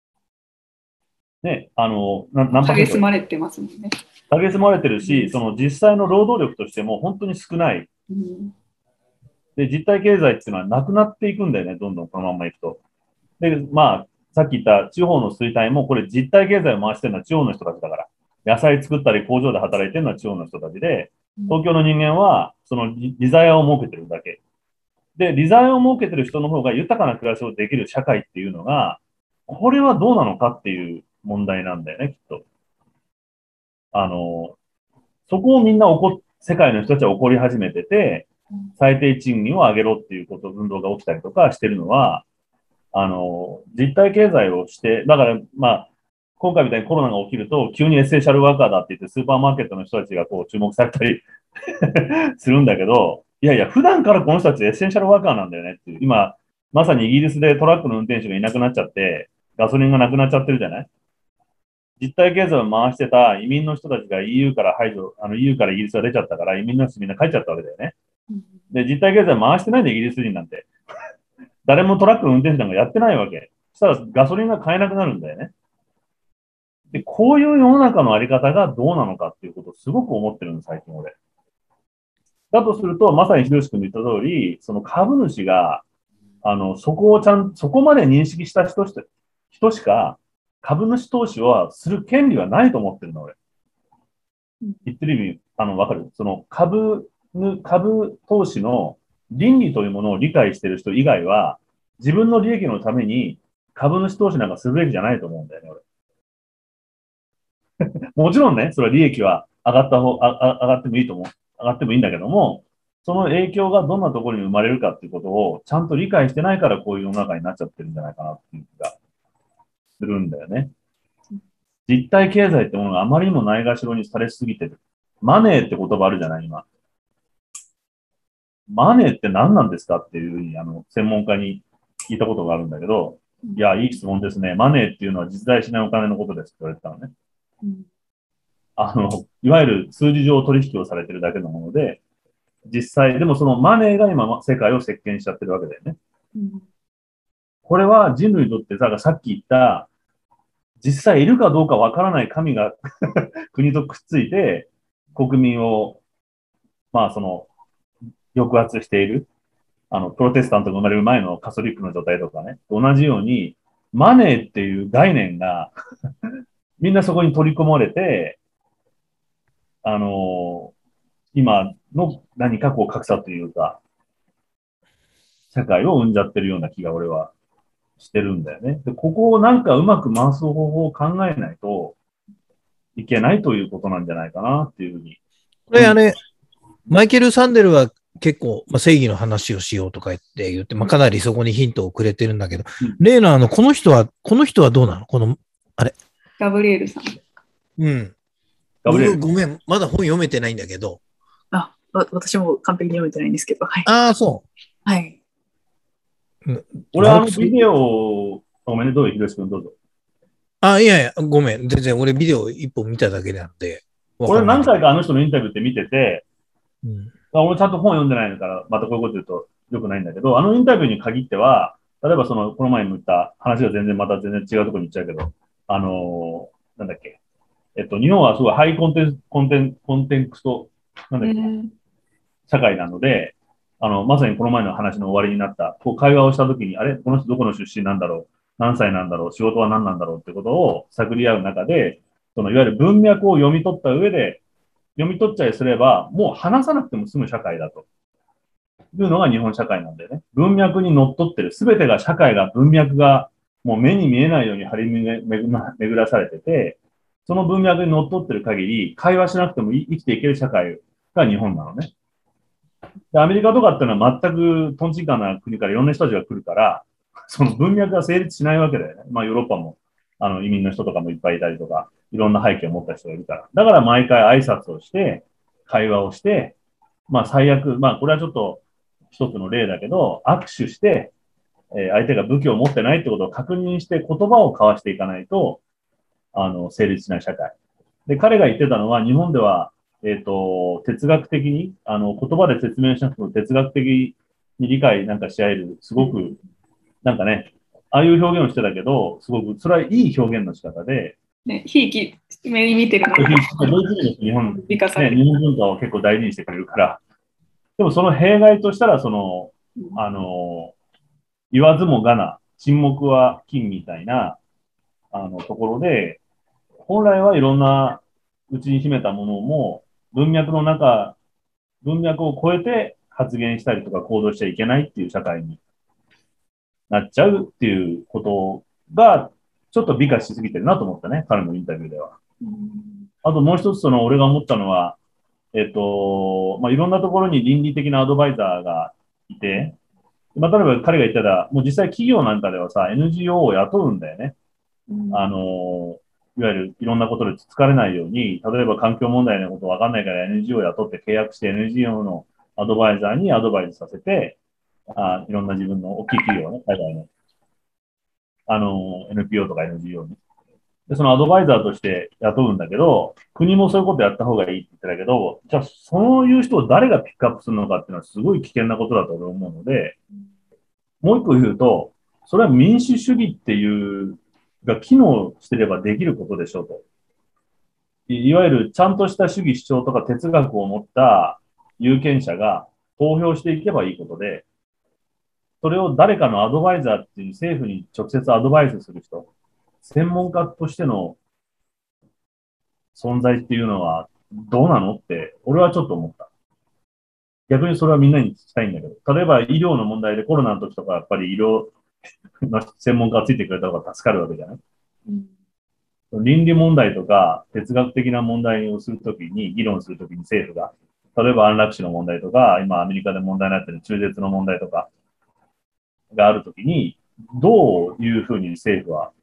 ね、
蔑まれてますもんね。
蔑まれてるし、その実際の労働力としても本当に少ない。で、実体経済っていうのはなくなっていくんだよね、どんどんこのままいくと。で、まあ、さっき言った地方の衰退も、これ実体経済を回してるのは地方の人たちだから。野菜作ったり工場で働いてるのは地方の人たちで、東京の人間は、その利ザヤを設けてるだけ。で、利ザヤを設けてる人の方が豊かな暮らしをできる社会っていうのが、これはどうなのかっていう問題なんだよね、きっと。そこをみんな世界の人たちは怒り始めてて、最低賃金を上げろっていう運動が起きたりとかしてるのは、実体経済をして、だから、まあ、今回みたいにコロナが起きると、急にエッセンシャルワーカーだって言って、スーパーマーケットの人たちがこう注目されたりするんだけど、いやいや、普段からこの人たちエッセンシャルワーカーなんだよねっていう。今、まさにイギリスでトラックの運転手がいなくなっちゃって、ガソリンがなくなっちゃってるじゃない。実体経済を回してた移民の人たちが EU からEU からイギリスが出ちゃったから、移民の人みんな帰っちゃったわけだよね。で、実体経済回してないんで、イギリス人なんて。誰もトラックの運転手なんかやってないわけ。そしたらガソリンが買えなくなるんだよね。で、こういう世の中のあり方がどうなのかっていうことをすごく思ってるんです、最近俺。だとすると、まさにひろし君の言った通り、その株主が、そこまで認識した人しか、株主投資はする権利はないと思ってるの、俺。言ってる意味、わかる？その株投資の倫理というものを理解している人以外は、自分の利益のために株主投資なんかするべきじゃないと思うんだよね、俺。もちろんね、それは利益は上がってもいいと思う。上がってもいいんだけども、その影響がどんなところに生まれるかっていうことをちゃんと理解してないからこういう世の中になっちゃってるんじゃないかなっていう気がするんだよね。実体経済ってものがあまりにもないがしろにされすぎてる。マネーって言葉あるじゃない、今。マネーって何なんですかっていうふうに、専門家に聞いたことがあるんだけど、いや、いい質問ですね。マネーっていうのは実在しないお金のことですって言われてたのね。いわゆる数字上取引をされてるだけのもので、実際、でもそのマネーが今世界を席巻しちゃってるわけだよね。これは人類にとってさっき言った、実際いるかどうかわからない神が国とくっついて、国民を、抑圧している。プロテスタントが生まれる前のカトリックの状態とかね、同じように、マネーっていう概念がみんなそこに取り込まれて、今の何かこう格差というか、社会を生んじゃってるような気が俺はしてるんだよね。で、ここをなんかうまく回す方法を考えないといけないということなんじゃないかなっていうふうに。
これマイケル・サンデルは結構、正義の話をしようとか言って、かなりそこにヒントをくれてるんだけど、例のこの人はどうなの？
ガブリエルさん。
うん。僕ごめん、まだ本読めてないんだけど。
私も完璧に読めてないんですけど。はい。
ああ、そう。
はい。
俺ビデオ、ごめんね、どうぞ、ひろし君どうぞ。
いやいや、ごめん。全然俺ビデオ一本見ただけなんで。
俺何回かあの人のインタビューって見てて、俺ちゃんと本読んでないから、またこういうこと言うと良くないんだけど、あのインタビューに限っては、例えばこの前も言った話がまた全然違うところに行っちゃうけど、なんだっけ。日本はすごいハイコンテンクスト、なんだっけ、社会なので、まさにこの前の話の終わりになった、こう会話をしたときに、あれこの人どこの出身なんだろう、何歳なんだろう、仕事は何なんだろうってことを探り合う中で、いわゆる文脈を読み取った上で、読み取っちゃいすれば、もう話さなくても済む社会だと。いうのが日本社会なんだよね。文脈にのっとってる。すべてが社会が文脈がもう目に見えないように張り巡らされてて、その文脈にのっとってる限り、会話しなくても生きていける社会が日本なのね。でアメリカとかっていうのは全くトンチンカンな国からいろんな人たちが来るから、その文脈が成立しないわけだよね。ヨーロッパも、移民の人とかもいっぱいいたりとか、いろんな背景を持った人がいるから。だから毎回挨拶をして、 会話をして、まあ最悪、まあこれはちょっと一つの例だけど、握手して、相手が武器を持ってないってことを確認して言葉を交わしていかないと、成立しない社会。で、彼が言ってたのは、日本では、哲学的に、言葉で説明しなくても哲学的に理解なんかし合える、すごく、なんかね、ああいう表現をしてたけど、すごく、それはいい表現の仕方で、
ね、ひいき目に見てるのが、
日本文化を結構大事にしてくれるから、でもその弊害としたら、言わずもがな、沈黙は金みたいな、ところで、本来はいろんな内に秘めたものも、文脈を超えて発言したりとか行動しちゃいけないっていう社会になっちゃうっていうことが、ちょっと美化しすぎてるなと思ったね、彼のインタビューでは。あともう一つ、俺が思ったのは、まあ、いろんなところに倫理的なアドバイザーがいて、まあ、例えば彼が言ったら、もう実際企業なんかではさ、NGO を雇うんだよね。いわゆるいろんなことでつつかれないように、例えば環境問題のことわかんないから NGO を雇って契約して NGO のアドバイザーにアドバイスさせて、いろんな自分の大きい企業ね、海外の、NPO とか NGO に。で、そのアドバイザーとして雇うんだけど、国もそういうことやった方がいいって言ってたけど、じゃあそういう人を誰がピックアップするのかっていうのはすごい危険なことだと思うので、もう一個言うと、それは民主主義っていうが機能してればできることでしょうと。いわゆるちゃんとした主義主張とか哲学を持った有権者が投票していけばいいことで、それを誰かのアドバイザーっていう政府に直接アドバイスする人、専門家としての存在っていうのはどうなのって、俺はちょっと思った。逆にそれはみんなに聞きたいんだけど、例えば医療の問題でコロナの時とかやっぱり医療の専門家がついてくれた方が助かるわけじゃない、倫理問題とか哲学的な問題をするときに、議論するときに政府が、例えば安楽死の問題とか、今アメリカで問題になっている中絶の問題とかがあるときに、どういうふうに政府は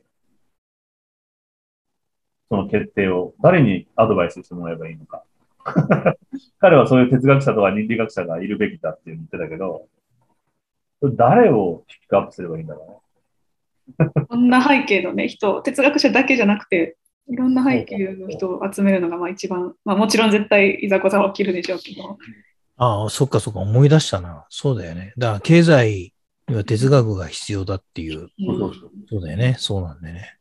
その決定を誰にアドバイスしてもらえばいいのか。彼はそういう哲学者とか倫理学者がいるべきだって言ってたけど、誰をピックアップすればいいんだろうね。
こんな背景のね、人、哲学者だけじゃなくて、いろんな背景の人を集めるのがまあ一番、まあもちろん絶対いざこざは起きるでしょうけど。
ああ、そっかそっか、思い出したな。そうだよね。だから経済には哲学が必要だっていう。そうだよね。そうなんだよね。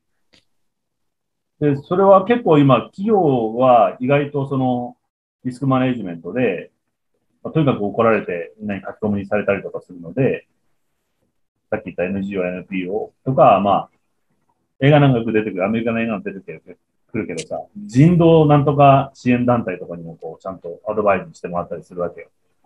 で、それは結構今、企業は意外とそのリスクマネジメントで、とにかく怒られてみんなに書き込みにされたりとかするので、さっき言った NGO、NPO とか、まあ、映画なんかよく出てくる、アメリカの映画が出てくるけどさ、人道なんとか支援団体とかにもこう、ちゃんとアドバイスしてもらったりするわけよ。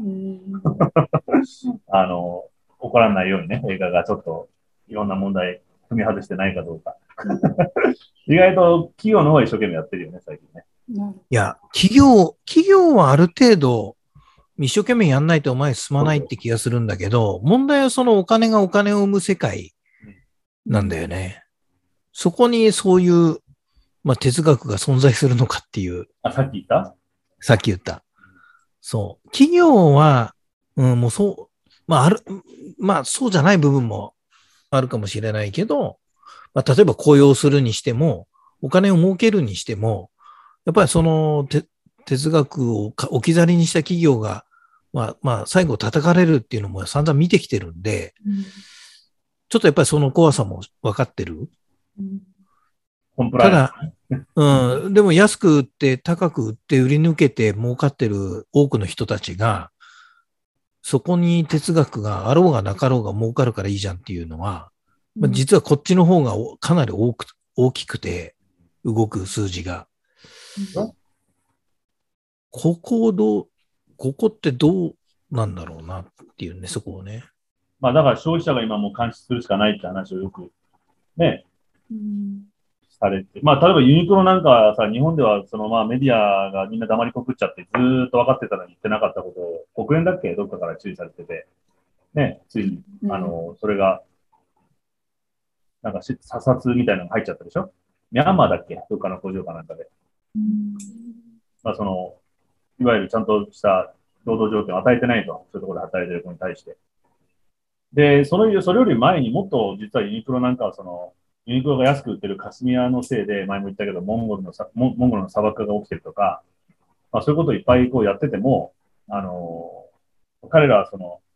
怒らないようにね、映画がちょっといろんな問題踏み外してないかどうか。意外と企業の方が一生懸命やってるよね、最近ね。
いや、企業はある程度、一生懸命やんないとお前進まないって気がするんだけど、問題はそのお金がお金を生む世界なんだよね。そこにそういう、まあ、哲学が存在するのかっていう。
さっき言った
さっき言った。そう。企業は、もうそう、まあまあそうじゃない部分もあるかもしれないけど、まあ、例えば雇用するにしても、お金を儲けるにしても、やっぱりその哲学を置き去りにした企業が、まあ最後叩かれるっていうのも散々見てきてるんで、ちょっとやっぱりその怖さも分かってる。ただ、でも安く売って高く売って売り抜けて儲かってる多くの人たちが、そこに哲学があろうがなかろうが儲かるからいいじゃんっていうのは、まあ、実はこっちの方がかなり大きくて動く数字が。ここってどうなんだろうなっていうね、そこをね。
まあだから消費者が今もう監視するしかないって話をよくね、されて。まあ例えばユニクロなんかさ、日本ではそのまあメディアがみんな黙りこくっちゃってずーっと分かってたのに言ってなかったことを、国連だっけどっかから注意されてて、ね、ついに、それが、なんか査察みたいなのが入っちゃったでしょミャンマーだっけどっかの工場かなんかで。まあその、 いわゆるちゃんとした労働条件を与えてないと、そういうところで働いている子に対して。で、それより前にもっと実はユニクロなんかはユニクロが安く売ってるカスミヤのせいで、前も言ったけど、モンゴルの砂漠が起きてるとか、まあそういうことをいっぱいこうやってても、彼らは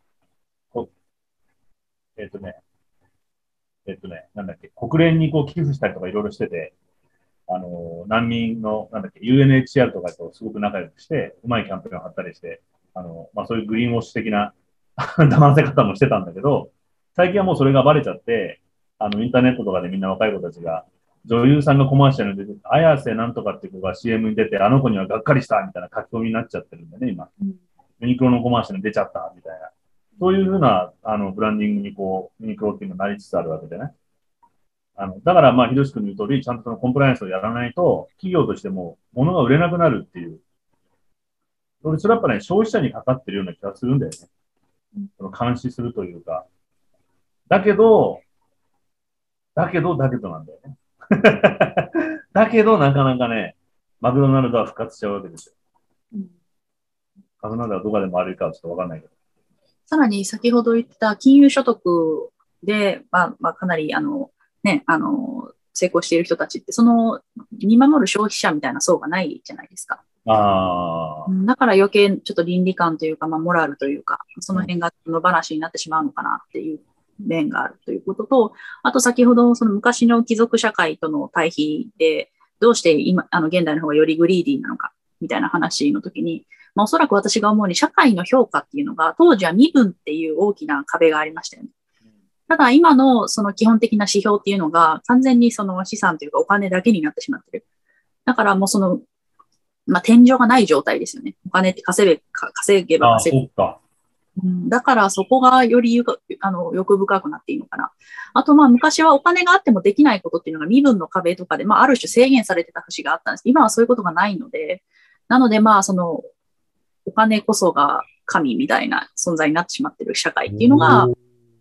なんだっけ、国連にこう寄付したりとかいろいろしてて、難民の、なんだっけ、UNHCR とかとすごく仲良くして、うまいキャンペーンを張ったりして、まあそういうグリーンウォッシュ的な騙らせ方もしてたんだけど、最近はもうそれがバレちゃって、インターネットとかでみんな若い子たちが、女優さんがコマーシャルに出て、綾瀬なんとかっていう子が CM に出て、あの子にはがっかりしたみたいな書き込みになっちゃってるんだね、今。ユニクロのコマーシャルに出ちゃったみたいな。そういうふうな、ブランディングにこう、ユニクロっていうのがなりつつあるわけでね。だから、まあ、ひろし君の言う通り、ちゃんとそのコンプライアンスをやらないと、企業としても物が売れなくなるっていう。それはやっぱね、消費者にかかってるような気がするんだよね。その監視するというか。だけどなんだよね。だけど、なかなかね、マクドナルドは復活しちゃうわけですよ。マクドナルドはどこでも悪いかはちょっとわかんないけど。
さらに先ほど言った金融所得で、まあ、かなり、成功している人たちって、見守る消費者みたいな層がないじゃないですか。だから余計ちょっと倫理観というか、まあ、モラルというか、その辺が野放しになってしまうのかなっていう面があるということと、あと先ほどその昔の貴族社会との対比で、どうして今、現代の方がよりグリーディーなのか、みたいな話の時に、まあ、おそらく私が思うに社会の評価っていうのが、当時は身分っていう大きな壁がありましたよね。ただ今のその基本的な指標っていうのが完全にその資産というかお金だけになってしまってる。だからもうまあ、天井がない状態ですよね。お金って稼げば稼ぐ。だからそこがより欲深くなっていいのかな。あとまあ昔はお金があってもできないことっていうのが身分の壁とかで、まあある種制限されてた節があったんです。今はそういうことがないので、なのでまあお金こそが神みたいな存在になってしまっている社会っていうのが、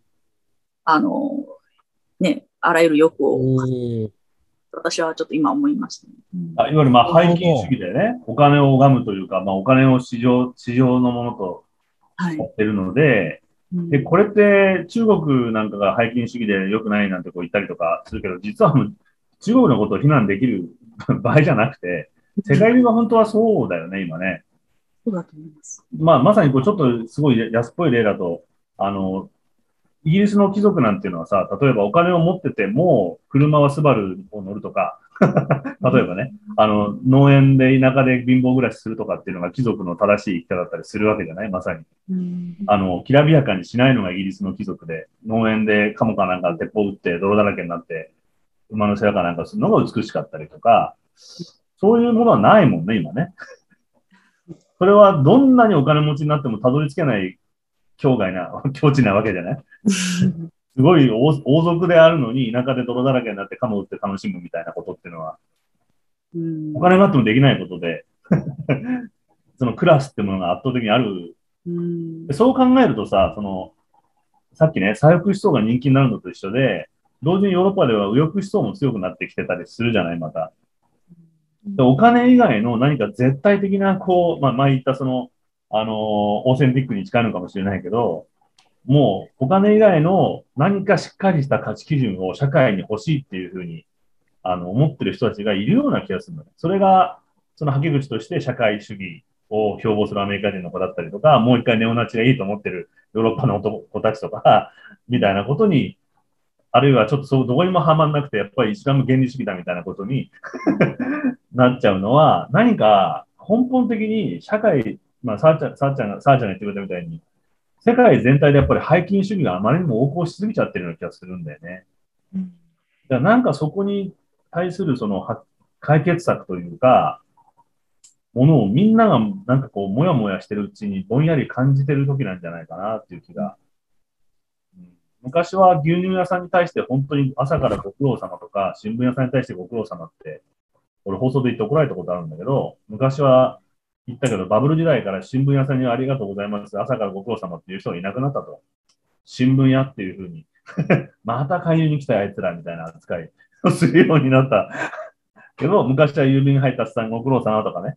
あらゆる欲を、私はちょっと今思いましたね。
いわゆるまあ、拝金主義でね、お金を拝むというか、まあ、お金を市場のものとやってるので、で、これって中国なんかが拝金主義で良くないなんてこう言ったりとかするけど、実は中国のことを非難できる場合じゃなくて、世界中が本当はそうだよね、今ね。
そうだと思います。
まあ、まさにこうちょっとすごい安っぽい例だと、イギリスの貴族なんていうのはさ、例えばお金を持ってても、車はスバルを乗るとか、例えばね、農園で田舎で貧乏暮らしするとかっていうのが貴族の正しい生き方だったりするわけじゃない、まさに。きらびやかにしないのがイギリスの貴族で、農園でカモかなんか鉄砲撃って泥だらけになって、馬の世話かなんかするのが美しかったりとか、そういうものはないもんね、今ね。それはどんなにお金持ちになってもたどり着けない境地なわけじゃないすごい王族であるのに田舎で泥だらけになってカモ打って楽しむみたいなことっていうのは、お金があってもできないことで、そのクラスってものが圧倒的にある。そう考えるとさ、さっきね、左翼思想が人気になるのと一緒で、同時にヨーロッパでは右翼思想も強くなってきてたりするじゃない、また。でお金以外の何か絶対的な、前言ったオーセンティックに近いのかもしれないけど、もうお金以外の何かしっかりした価値基準を社会に欲しいっていうふうに、思ってる人たちがいるような気がするのね。それが、その吐き口として社会主義を標榜するアメリカ人の子だったりとか、もう一回ネオナチがいいと思ってるヨーロッパの子たちとか、みたいなことに、あるいはちょっとどこにもはまんなくて、やっぱりイスラム原理主義だみたいなことになっちゃうのは、何か根本的に社会、まあ、さーちゃんが言ってくれたみたいに、世界全体でやっぱり拝金主義があまりにも横行しすぎちゃってるような気がするんだよね。だからなんかそこに対する解決策というか、ものをみんながなんかこう、もやもやしてるうちにぼんやり感じてる時なんじゃないかなっていう気が。昔は牛乳屋さんに対して本当に朝からご苦労様とか、新聞屋さんに対してご苦労様って、俺放送で言って怒られたことあるんだけど、昔は言ったけど、バブル時代から新聞屋さんにはありがとうございます。朝からご苦労様っていう人がいなくなったと。新聞屋っていうふうに、また勧誘に来たあいつらみたいな扱いをするようになった。けど、昔は郵便配達さんご苦労様とかね、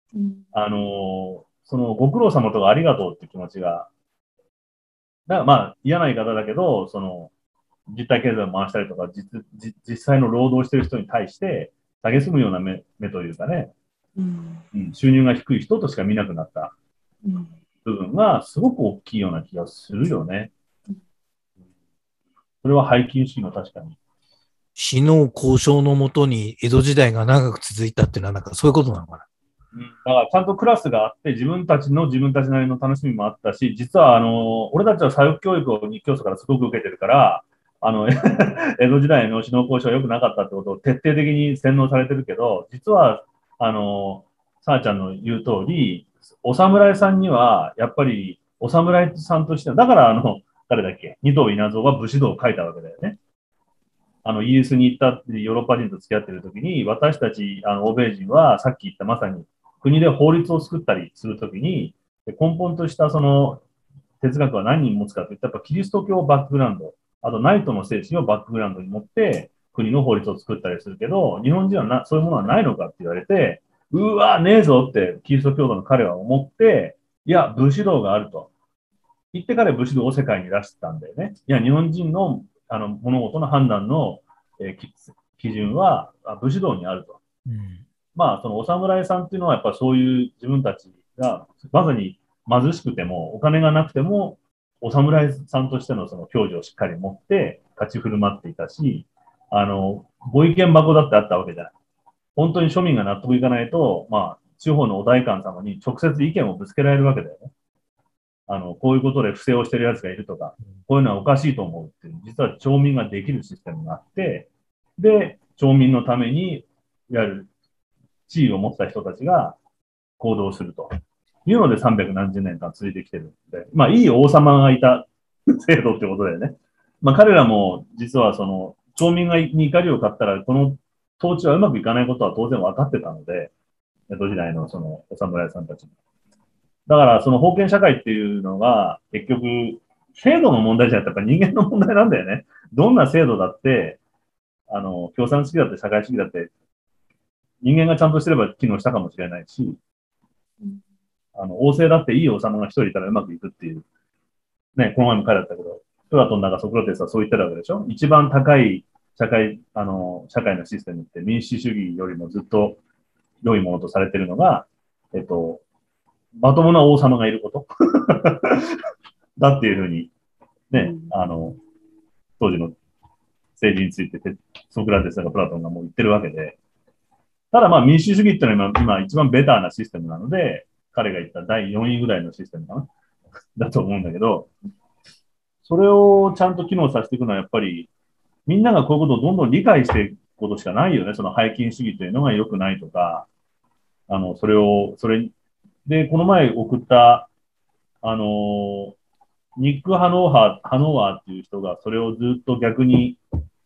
そのご苦労様とかありがとうって気持ちが、だからまあ嫌な言い方だけど、その実体経済を回したりとか、実際の労働してる人に対して蔑むような目というかね、収入が低い人としか見なくなった部分がすごく大きいような気がするよね。それは背金主義の確かに。
死の交渉のもとに江戸時代が長く続いたっていうのはなんかそういうことなのかな。
だからちゃんとクラスがあって自分たちなりの楽しみもあったし、実は俺たちは左翼教育を日教祖からすごく受けてるから、江戸時代の死の交渉は良くなかったってことを徹底的に洗脳されてるけど、実はさあちゃんの言う通り、お侍さんにはやっぱりお侍さんとしては、だから誰だっけ、二藤稲造は武士道を書いたわけだよね。イギリスに行ったってヨーロッパ人と付き合ってる時に、私たち欧米人はさっき言ったまさに国で法律を作ったりするときに、根本としたその哲学は何人持つかといったら、やっぱキリスト教バックグラウンド、あとナイトの精神をバックグラウンドに持って国の法律を作ったりするけど、日本人はそういうものはないのかって言われて、うわ、ねえぞってキリスト教徒の彼は思って、いや、武士道があると。言って彼は武士道を世界に出してたんだよね。いや、日本人の物事の判断の、基準は武士道にあると。まあ、そのお侍さんっていうのはやっぱそういう自分たちがまさに貧しくてもお金がなくてもお侍さんとしてのその矜持をしっかり持って立ち振る舞っていたし、ご意見箱だってあったわけじゃない。本当に庶民が納得いかないと、まあ、地方のお代官様に直接意見をぶつけられるわけだよね。こういうことで不正をしてる奴がいるとか、こういうのはおかしいと思うっていう、実は町民ができるシステムがあって、で、町民のために、いわゆる地位を持った人たちが行動するというので300何十年間続いてきてるので、まあいい王様がいた制度ってことだよね。まあ彼らも実はその町民に怒りを買ったらこの統治はうまくいかないことは当然分かってたので、江戸時代のそのお侍さんたちも。だからその封建社会っていうのが結局制度の問題じゃなくてやっぱ人間の問題なんだよね。どんな制度だって、共産主義だって社会主義だって人間がちゃんとしてれば機能したかもしれないし、王政だっていい王様が一人いたらうまくいくっていう。ね、この前も書いてあったけど、プラトンだかソクラテスはそう言ってるわけでしょ。一番高い社会のシステムって民主主義よりもずっと良いものとされているのが、まともな王様がいることだっていうふうに、ね、当時の政治についてソクラテスとかプラトンがもう言ってるわけで、ただまあ民主主義っていうのは今一番ベターなシステムなので、彼が言った第4位ぐらいのシステムかなだと思うんだけど、それをちゃんと機能させていくのはやっぱりみんながこういうことをどんどん理解していくことしかないよね。その背金主義というのが良くないとか、それで、この前送った、ニック・ハノーワーっていう人がそれをずっと逆に、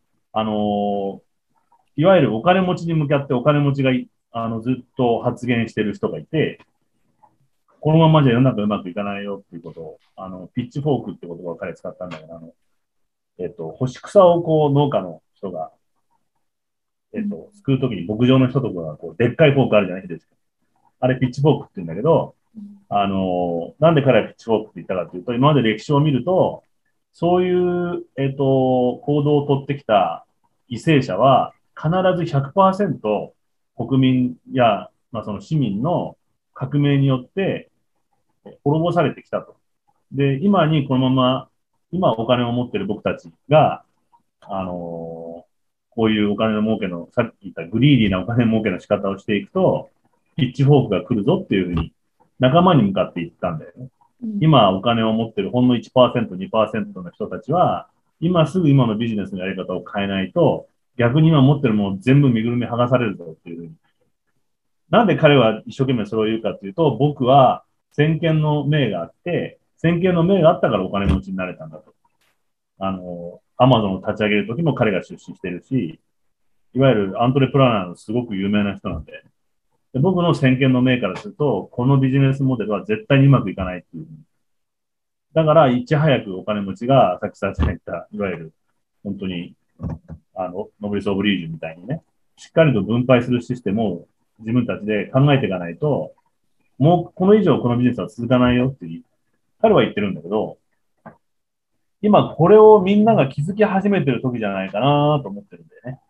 いわゆるお金持ちに向かってお金持ちがずっと発言してる人がいて、このままじゃ世の中うまくいかないよっていうことを、ピッチフォークって言葉を彼使ったんだけど、干し草をこう農家の人が、すくうときに牧場の人とかがこう、でっかいフォークあるじゃないですか。あれピッチフォークって言うんだけど、なんで彼はピッチフォークって言ったかというと、今まで歴史を見ると、そういう、行動をとってきた為政者は、必ず 100% 国民や、まあ、その市民の革命によって滅ぼされてきたと。で、今にこのまま、今お金を持っている僕たちが、こういうお金の儲けの、さっき言ったグリーディーなお金儲けの仕方をしていくと、ピッチフォークが来るぞっていうふうに仲間に向かって言ったんだよね。今お金を持ってるほんの 1%、2% の人たちは、今すぐ今のビジネスのやり方を変えないと、逆に今持ってるもの全部身ぐるみ剥がされるぞっていうふうに。なんで彼は一生懸命それを言うかっていうと、僕は先見の明があって、先見の明があったからお金持ちになれたんだと。アマゾンを立ち上げるときも彼が出資してるし、いわゆるアントレプラナーのすごく有名な人なんで、僕の先見の明からすると、このビジネスモデルは絶対にうまくいかないっていう。だから、いち早くお金持ちが、さっきさっき言った、いわゆる、本当に、ノブリス・オブリージュみたいにね、しっかりと分配するシステムを自分たちで考えていかないと、 もうこの以上このビジネスは続かないよって彼は言ってるんだけど、今これをみんなが気づき始めてる時じゃないかなと思ってるんだよ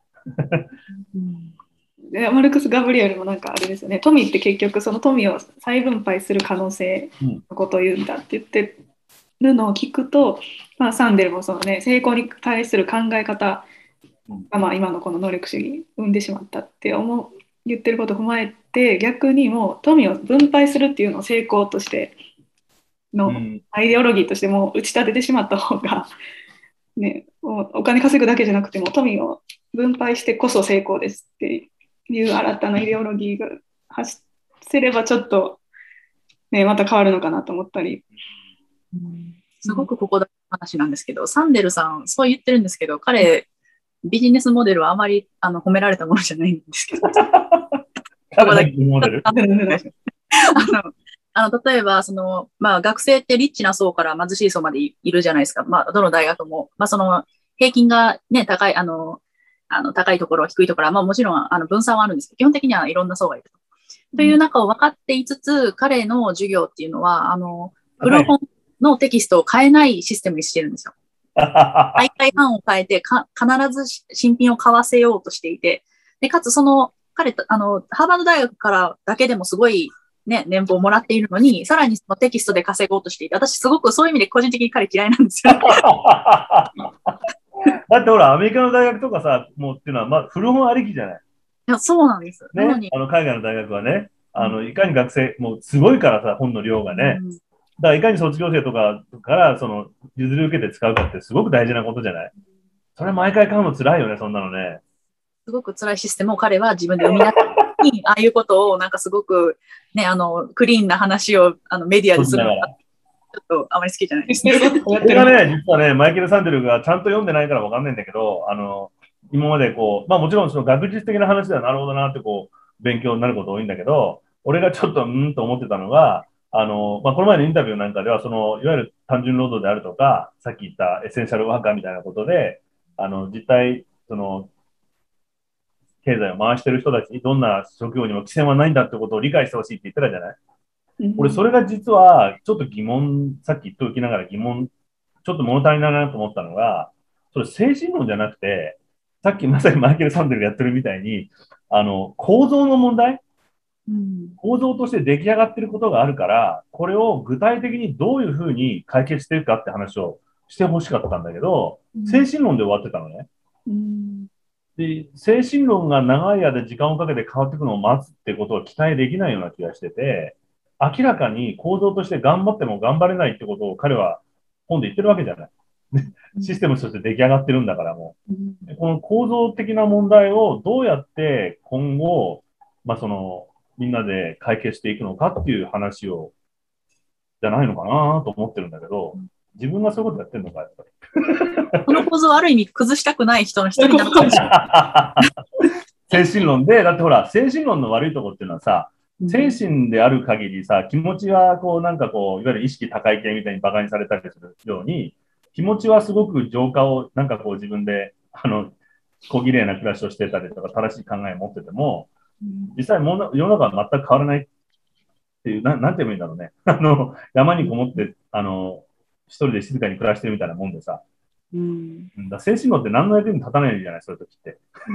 ね。マルクス・ガブリエルもなんかあれですよね、富って結局その富を再分配する可能性のことを言うんだって言ってるのを聞くと、まあ、サンデルもその、ね、成功に対する考え方が、まあ、今のこの能力主義生んでしまったって言ってることを踏まえて、逆にもう富を分配するっていうのを成功としてのアイデオロギーとしても打ち立ててしまった方が、ね、お金稼ぐだけじゃなくても富を分配してこそ成功ですっていう新たなイデオロギーが発せればちょっと、ね、また変わるのかなと思ったり。
すごくここだ話なんですけど、サンデルさんそう言ってるんですけど、彼ビジネスモデルはあまり褒められたものじゃないんですけど。例えばまあ、学生ってリッチな層から貧しい層までいるじゃないですか。まあ、どの大学も。まあ、平均がね、高いところ、低いところは、まあ、もちろん分散はあるんですけど、基本的にはいろんな層がいるという中を分かっていつつ、彼の授業っていうのは、古本のテキストを変えないシステムにしてるんですよ。毎回版を変えて必ず新品を買わせようとしていて、でかつ彼、ハーバード大学からだけでもすごい、ね、年俸をもらっているのに、さらにそのテキストで稼ごうとしていて、私すごくそういう意味で個人的に彼嫌いなんですよ。
だってほら、アメリカの大学とかさ、もうっていうのは、まあ、古本ありきじゃない。
いや、そうなんです。
ね、海外の大学はね、いかに学生、もうすごいからさ、本の量がね。だからいかに卒業生とかから譲り受けて使うかってすごく大事なことじゃない。それ毎回買うの辛いよね、そんなのね。
すごく辛いシステムを彼は自分で生み出し、ああいうことをなんかすごくね、クリーンな話をメディアでするのがちょっとあまり好きじゃないです。
これがね、実はね、マイケル・サンデルがちゃんと読んでないからわかんないんだけど、今までまあもちろんその学術的な話ではなるほどなって勉強になること多いんだけど、俺がちょっとと思ってたのが、まあ、この前のインタビューなんかでは、いわゆる単純労働であるとか、さっき言ったエッセンシャルワーカーみたいなことで、実際、経済を回してる人たちにどんな職業にも規制はないんだってことを理解してほしいって言ってたじゃない。俺、それが実は、ちょっとさっき言っておきながらちょっと物足りないなと思ったのが、それ精神論じゃなくて、さっきまさにマイケル・サンデルがやってるみたいに、構造の問題、構造として出来上がっていることがあるから、これを具体的にどういうふうに解決していくかって話をしてほしかったんだけど、精神論で終わってたのね。で、精神論が長い間時間をかけて変わっていくのを待つってことは期待できないような気がしてて、明らかに構造として頑張っても頑張れないってことを彼は本で言ってるわけじゃない。システムとして出来上がってるんだからもう。この構造的な問題をどうやって今後、まあみんなで解決していくのかっていう話じゃないのかなと思ってるんだけど、自分がそういうことやってるのか、やっぱり。
この構造をある意味崩したくない人の一人なのかもしれない。
精神論で、だってほら、精神論の悪いところっていうのはさ、精神である限りさ、気持ちはなんかいわゆる意識高い系みたいに馬鹿にされたりするように、気持ちはすごく浄化を、なんか自分で、小綺麗な暮らしをしてたりとか、正しい考えを持ってても、実際世の中は全く変わらないっていう、なんて言えばいいんだろうね。山にこもって、一人で静かに暮らしてるみたいなもんでさ。精神論って何の役にも立たないじゃない、そういう時って。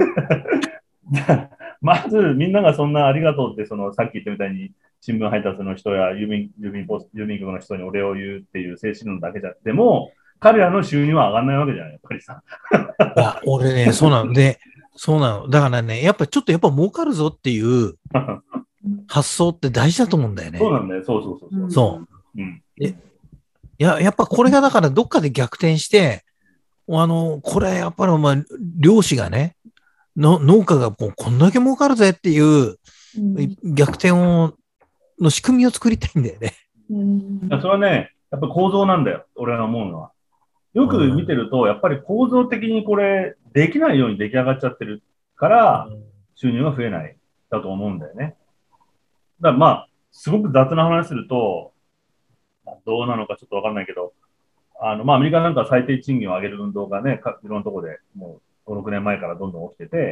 まず、みんながそんなありがとうって、さっき言ったみたいに、新聞配達の人や郵便局の人にお礼を言うっていう精神論だけじゃでも、彼らの収入は上がらないわけじゃない、やっぱりさ。
いや、俺ね、そうなので、そうなの。だからね、やっぱ儲かるぞっていう発想って大事だと思うんだよね。
そうなんだよ、そう。
そう。やっぱこれがだからどっかで逆転して、これやっぱり漁師がね、農家がもうこんだけ儲かるぜっていう逆転の仕組みを作りたいんだよね。
それはね、やっぱ構造なんだよ、俺が思うのは。よく見てると、やっぱり構造的にこれ、できないように出来上がっちゃってるから、収入が増えないだと思うんだよね。だからまあ、すごく雑な話すると、どうなのかちょっとわかんないけど、まあ、アメリカなんか最低賃金を上げる運動がね、いろんなところでもう5、6年前からどんどん起きてて、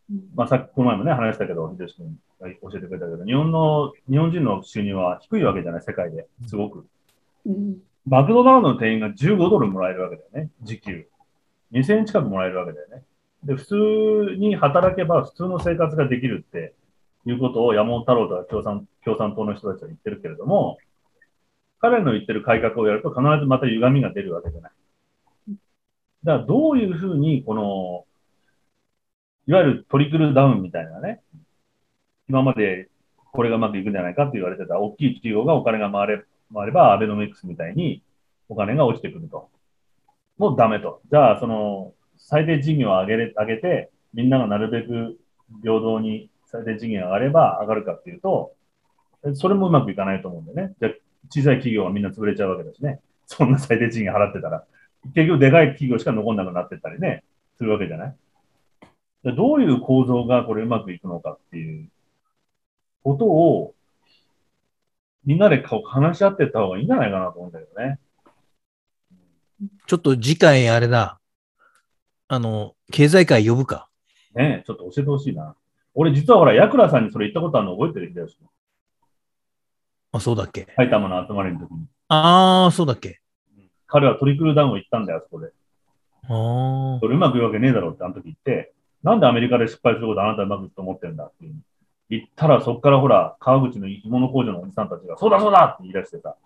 まあ、さっきこの前もね、話したけど、秀吉君が教えてくれたけど、日本人の収入は低いわけじゃない、世界ですごく。マクドナルドの店員が15ドルもらえるわけだよね、時給。2000円近くもらえるわけだよね。で、普通に働けば普通の生活ができるっていうことを山本太郎とか共産党の人たちは言ってるけれども、彼の言ってる改革をやると必ずまた歪みが出るわけじゃない。だからどういうふうに、いわゆるトリクルダウンみたいなね、今までこれがうまくいくんじゃないかって言われてた大きい企業がお金が回れば、アベノミクスみたいにお金が落ちてくると。もうダメと。じゃあ、最低賃金を上げて、みんながなるべく平等に最低賃金が上がれば上がるかっていうと、それもうまくいかないと思うんだよね。じゃあ、小さい企業はみんな潰れちゃうわけですね。そんな最低賃金払ってたら。結局、でかい企業しか残んなくなってったりね、するわけじゃない。どういう構造がこれうまくいくのかっていうことを、みんなで話し合っていった方がいいんじゃないかなと思うんだけどね。
ちょっと次回あれだ。経済界呼ぶか。
ねえ、ちょっと教えてほしいな。俺実はほら、ヤクラさんにそれ言ったことあるの覚えてる秀吉。
あ、そうだっけ。
埼玉の集まりの時に。
ああ、そうだっけ。
彼はトリクルダウンを言ったんだよ、そこで。
ああ。
それうまくいくわけねえだろうってあの時言って、なんでアメリカで失敗することあなたうまくいくと思ってるんだっていう。言ったら、そこからほら、川口の芋の工場のおじさんたちが、そうだそうだって言い出してさ。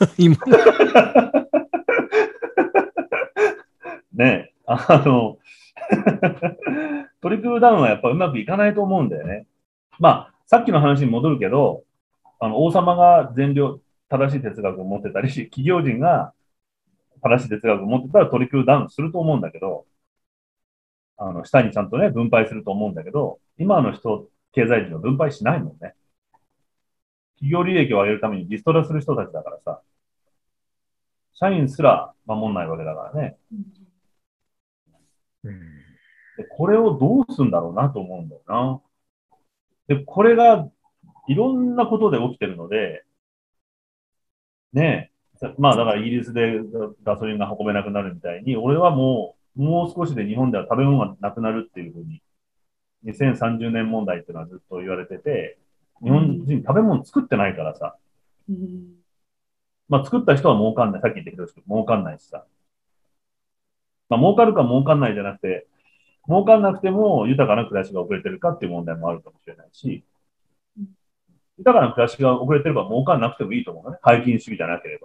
ねえ、トリクルダウンはやっぱうまくいかないと思うんだよね。まあ、さっきの話に戻るけど、王様が正しい哲学を持ってたりし、企業人が正しい哲学を持ってたらトリクルダウンすると思うんだけど、下にちゃんとね、分配すると思うんだけど、今の経済人は分配しないもんね。企業利益を上げるためにリストラする人たちだからさ、社員すら守んないわけだからね。でこれをどうするんだろうなと思うんだよな。で、これがいろんなことで起きてるので、ねえ、まあだからイギリスでガソリンが運べなくなるみたいに、俺はもう少しで日本では食べ物がなくなるっていうふうに、2030年問題っていうのはずっと言われてて、日本人食べ物作ってないからさ、まあ作った人は儲かんない。さっき言ったけど、儲かんないしさ。まあ儲かるか儲かんないじゃなくて、儲かんなくても豊かな暮らしが遅れてるかっていう問題もあるかもしれないし、豊かな暮らしが遅れてれば儲かんなくてもいいと思うね。解禁主義じゃなければ。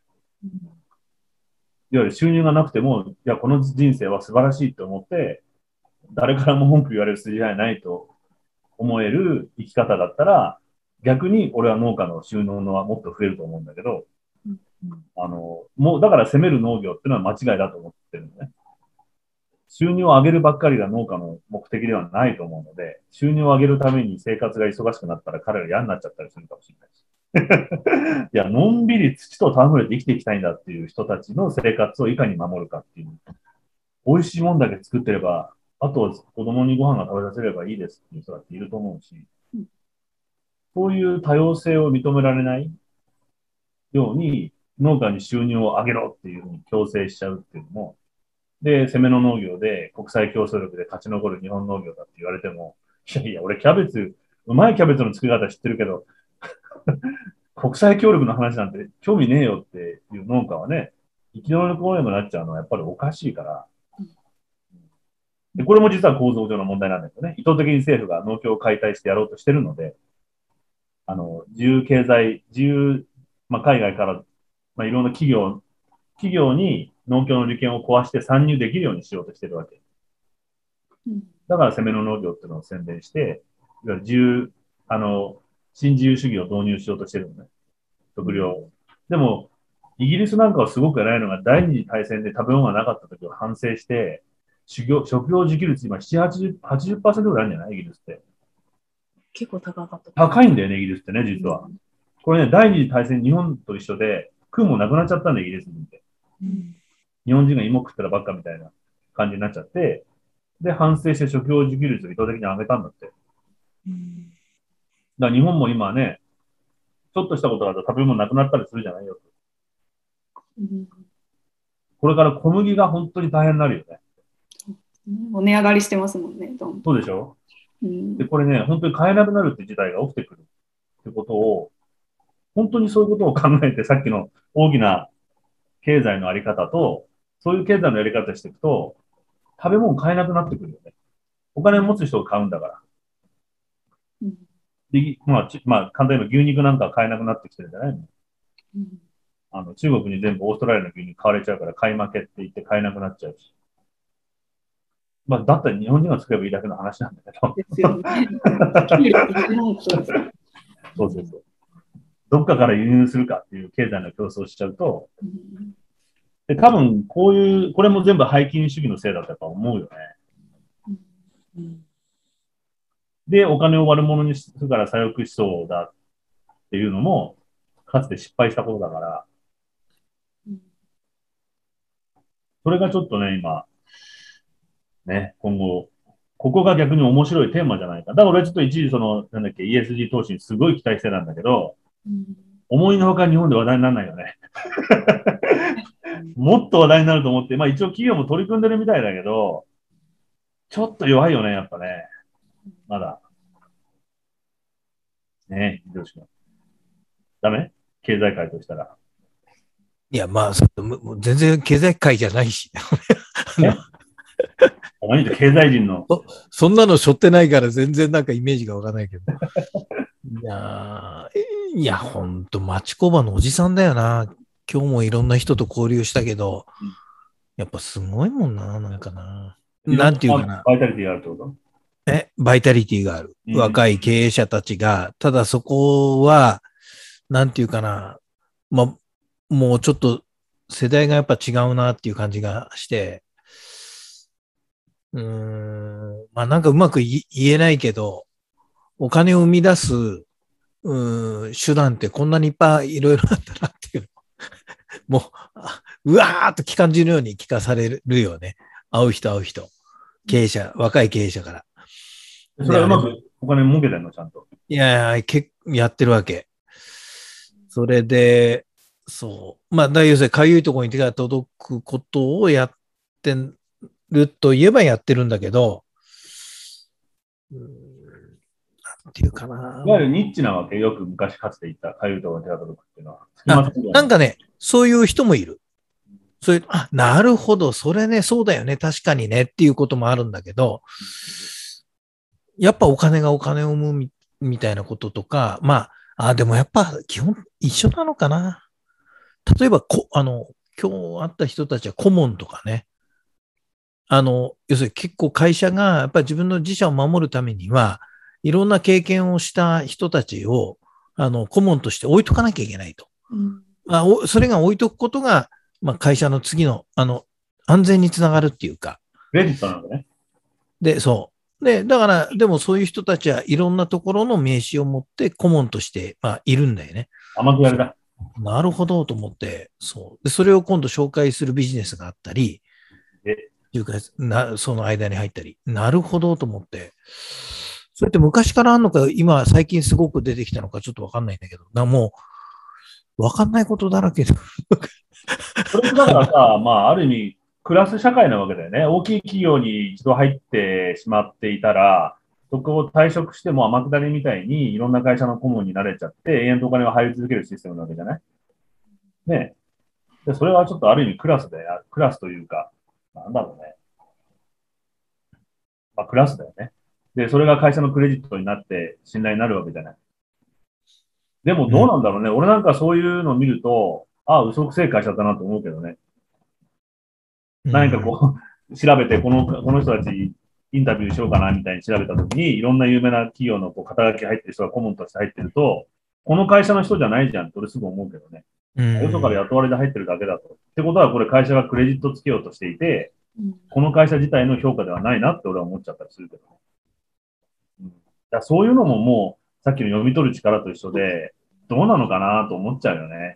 いわゆる収入がなくても、いや、この人生は素晴らしいと思って、誰からも文句言われる筋合いないと思える生き方だったら、逆に俺は農家の収納はもっと増えると思うんだけど、もうだから攻める農業っていうのは間違いだと思ってるのね。収入を上げるばっかりが農家の目的ではないと思うので、収入を上げるために生活が忙しくなったら彼ら嫌になっちゃったりするかもしれないし。いや、のんびり土と戯れて生きていきたいんだっていう人たちの生活をいかに守るかっていう。美味しいもんだけ作ってれば、あとは子供にご飯が食べさせればいいですっていう人だっていると思うし、そういう多様性を認められないように、農家に収入を上げろっていうふうに強制しちゃうっていうのも、で、攻めの農業で国際競争力で勝ち残る日本農業だって言われても、いやいや、俺うまいキャベツの作り方知ってるけど、国際協力の話なんて興味ねえよっていう農家はね、生き残る公園になっちゃうのはやっぱりおかしいから。で、これも実は構造上の問題なんですよね。意図的に政府が農協を解体してやろうとしてるので、まあ、海外から、まあ、いろんな企業に農協の利権を壊して参入できるようにしようとしてるわけ。だから攻めの農業っていうのを宣伝して、いわゆる新自由主義を導入しようとしてるのね。食料。でも、イギリスなんかはすごく偉いのが、第二次大戦で食べ物がなかった時を反省して、食料自給率今7、80% ぐらいあるんじゃないイギリスって。
結構高かった。
高いんだよね、イギリスってね、実は。これね、第二次大戦、日本と一緒で、食うもなくなっちゃったんだよ、イギリスにって。日本人が芋食ったらばっかみたいな感じになっちゃって、で、反省して食料自給率を意図的に上げたんだって。だから日本も今ね、ちょっとしたことだと食べ物なくなったりするじゃないよ。これから小麦が本当に大変になるよね。
もう値上がりしてますもんね。
そうでしょ。 で、これね、本当に買えなくなるって事態が起きてくるってことを、本当にそういうことを考えて、さっきの大きな経済のあり方と、そういう経済のやり方していくと、食べ物買えなくなってくるよね。お金を持つ人が買うんだから。で、まあ、簡単に言えば牛肉なんか買えなくなってきてるんじゃないの？中国に全部オーストラリアの牛肉買われちゃうから買い負けって言って買えなくなっちゃうし。まあ、だったら日本人が作ればいいだけの話なんだけど。そうそうそう。どっかから輸入するかっていう経済の競争をしちゃうと、で、多分これも全部廃棄主義のせいだとやっぱ思うよね。で、お金を悪者にするから左翼思想だっていうのも、かつて失敗したことだから、それがちょっとね、今、ね、今後、ここが逆に面白いテーマじゃないか。だから俺はちょっと一時なんだっけ、ESG 投資にすごい期待してたんだけど、思いのほか日本で話題にならないよね。もっと話題になると思って、まあ一応企業も取り組んでるみたいだけど、ちょっと弱いよね、やっぱね。まだ。ねえ、どうしよう。ダメ？経済界としたら。
いや、まあ、全然経済界じゃないし。
何で経済人の。
そんなの背負ってないから全然なんかイメージがわからないけど。いや、ほんと町工場のおじさんだよな。今日もいろんな人と交流したけど、やっぱすごいもんな、なんかな。なんていうかな。
バイタリティがあるってこと？
バイタリティがある。若い経営者たちが、ただそこは、なんていうかな。まあ、もうちょっと世代がやっぱ違うなっていう感じがして、まあなんかうまく言えないけど、お金を生み出す、手段ってこんなにいっぱいいろいろあったなっていうのもう、うわーっと感じるように聞かされるよね。会う人。経営者、若い経営者から。
それはうまくお金儲けてんの、ちゃんと。
いや、やってるわけ。それで、そう。まあ、要するにかゆいところに手が届くことをやってるといえばやってるんだけど、なんていうかな。
いわゆるニッチなわけ。よく昔かつて言ったかゆいところに手が届くっていうのは。
なんかね、そういう人もいる。なるほど、それね、そうだよね、確かにねっていうこともあるんだけど、やっぱお金がお金を生むみたいなこととか、まあ、でもやっぱ基本一緒なのかな。例えば、今日会った人たちは顧問とかね。要するに結構会社がやっぱり自分の自社を守るためには、いろんな経験をした人たちを、顧問として置いとかなきゃいけないと。それが置いとくことが、まあ、会社の次の、安全につながるっていうか。
クレジットなんだね。
で、そう。で、だから、でもそういう人たちはいろんなところの名刺を持って顧問として、まあ、いるんだよね。
天下りだ。
なるほどと思って、そう。で、それを今度紹介するビジネスがあったり、その間に入ったり、なるほどと思って、それって昔からあるのか、今、最近すごく出てきたのかちょっとわかんないんだけど、もう、わかんないことだらけで。
それだからさ、まあ、ある意味、クラス社会なわけだよね。大きい企業に一度入ってしまっていたら、そこを退職しても天下りみたいにいろんな会社の顧問になれちゃって、永遠とお金が入り続けるシステムなわけじゃない？ね。で、それはちょっとある意味クラスというか、なんだろうね。まあ、クラスだよね。で、それが会社のクレジットになって信頼になるわけじゃない。でもどうなんだろうね。俺なんかそういうのを見ると、嘘くせえ会社だなと思うけどね。何かこう、調べて、この人たちインタビューしようかなみたいに調べたときに、いろんな有名な企業の肩書き入ってる人が顧問として入ってると、この会社の人じゃないじゃんって俺すぐ思うけどね。よそから雇われて入ってるだけだと。ってことはこれ会社がクレジットつけようとしていて、この会社自体の評価ではないなって俺は思っちゃったりするけどね。だそういうのももう、さっきの読み取る力と一緒で、どうなのかなと思っちゃうよね。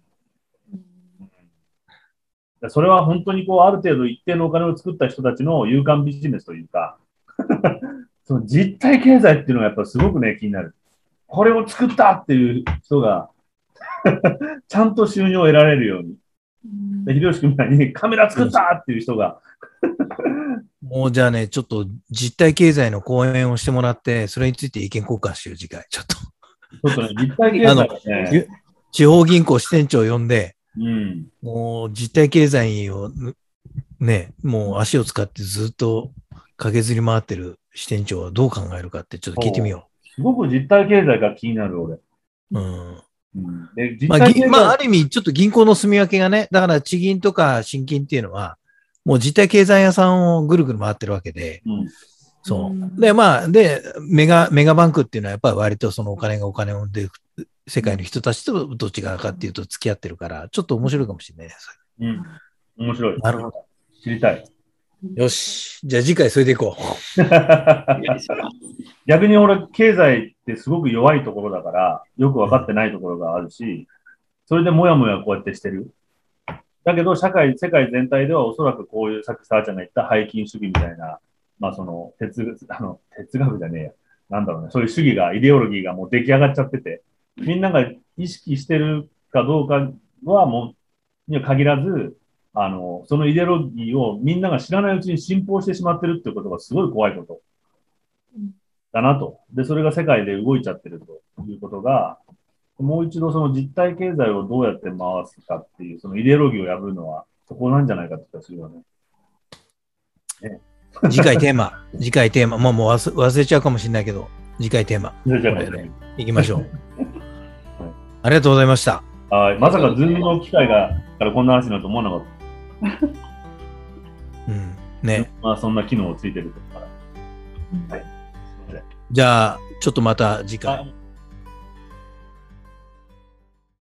それは本当にこう、ある程度一定のお金を作った人たちの有感ビジネスというか、その実体経済っていうのがやっぱすごくね、気になる。これを作ったっていう人が、ちゃんと収入を得られるように。で秀吉君みたいにカメラ作ったっていう人が
もうじゃあね、ちょっと実体経済の講演をしてもらって、それについて意見交換しよう、次回。ちょっと。
ちょっとね、実体経済はね、
地方銀行支店長を呼んで、
うん、
もう実体経済をね、もう足を使ってずっと駆けずり回ってる支店長はどう考えるかってちょっと聞いてみよ
う。すごく実体経済が気になる、俺。
うん。
で
まあ、ある意味、ちょっと銀行の住み分けがね、だから地銀とか新金っていうのは、もう実体経済屋さんをぐるぐる回ってるわけで、そう。で、まあ、で、メガバンクっていうのはやっぱり割とそのお金を生んで、世界の人たちとどっち側かっていうと付き合ってるから、ちょっと面白いかもしれないです。
面白い。
なるほど。
知りたい。
よし。じゃあ次回それでいこう。
逆に俺、経済ってすごく弱いところだから、よく分かってないところがあるし、それでもやもやこうやってしてる。だけど、世界全体ではおそらくこういう、さっきさあちゃんが言った背筋主義みたいな、まあその、哲学じゃねえや。なんだろうね。そういう主義が、イデオロギーがもう出来上がっちゃってて、みんなが意識してるかどうかはもう、には限らず、そのイデオロギーをみんなが知らないうちに信奉してしまってるっていうことがすごい怖いことだなと。で、それが世界で動いちゃってるということが、もう一度その実体経済をどうやって回すかっていう、そのイデオロギーを破るのはそこなんじゃないかって気がするよね。
次回テーマ、もう忘れちゃうかもしれないけど、次回テーマ。いきましょう。はい、ありがとうございました。
まさかズームの機会からこんな話になると思わなかった。
ね。
まあそんな機能をついてるから。はい。
じゃあ、ちょっとまた次回。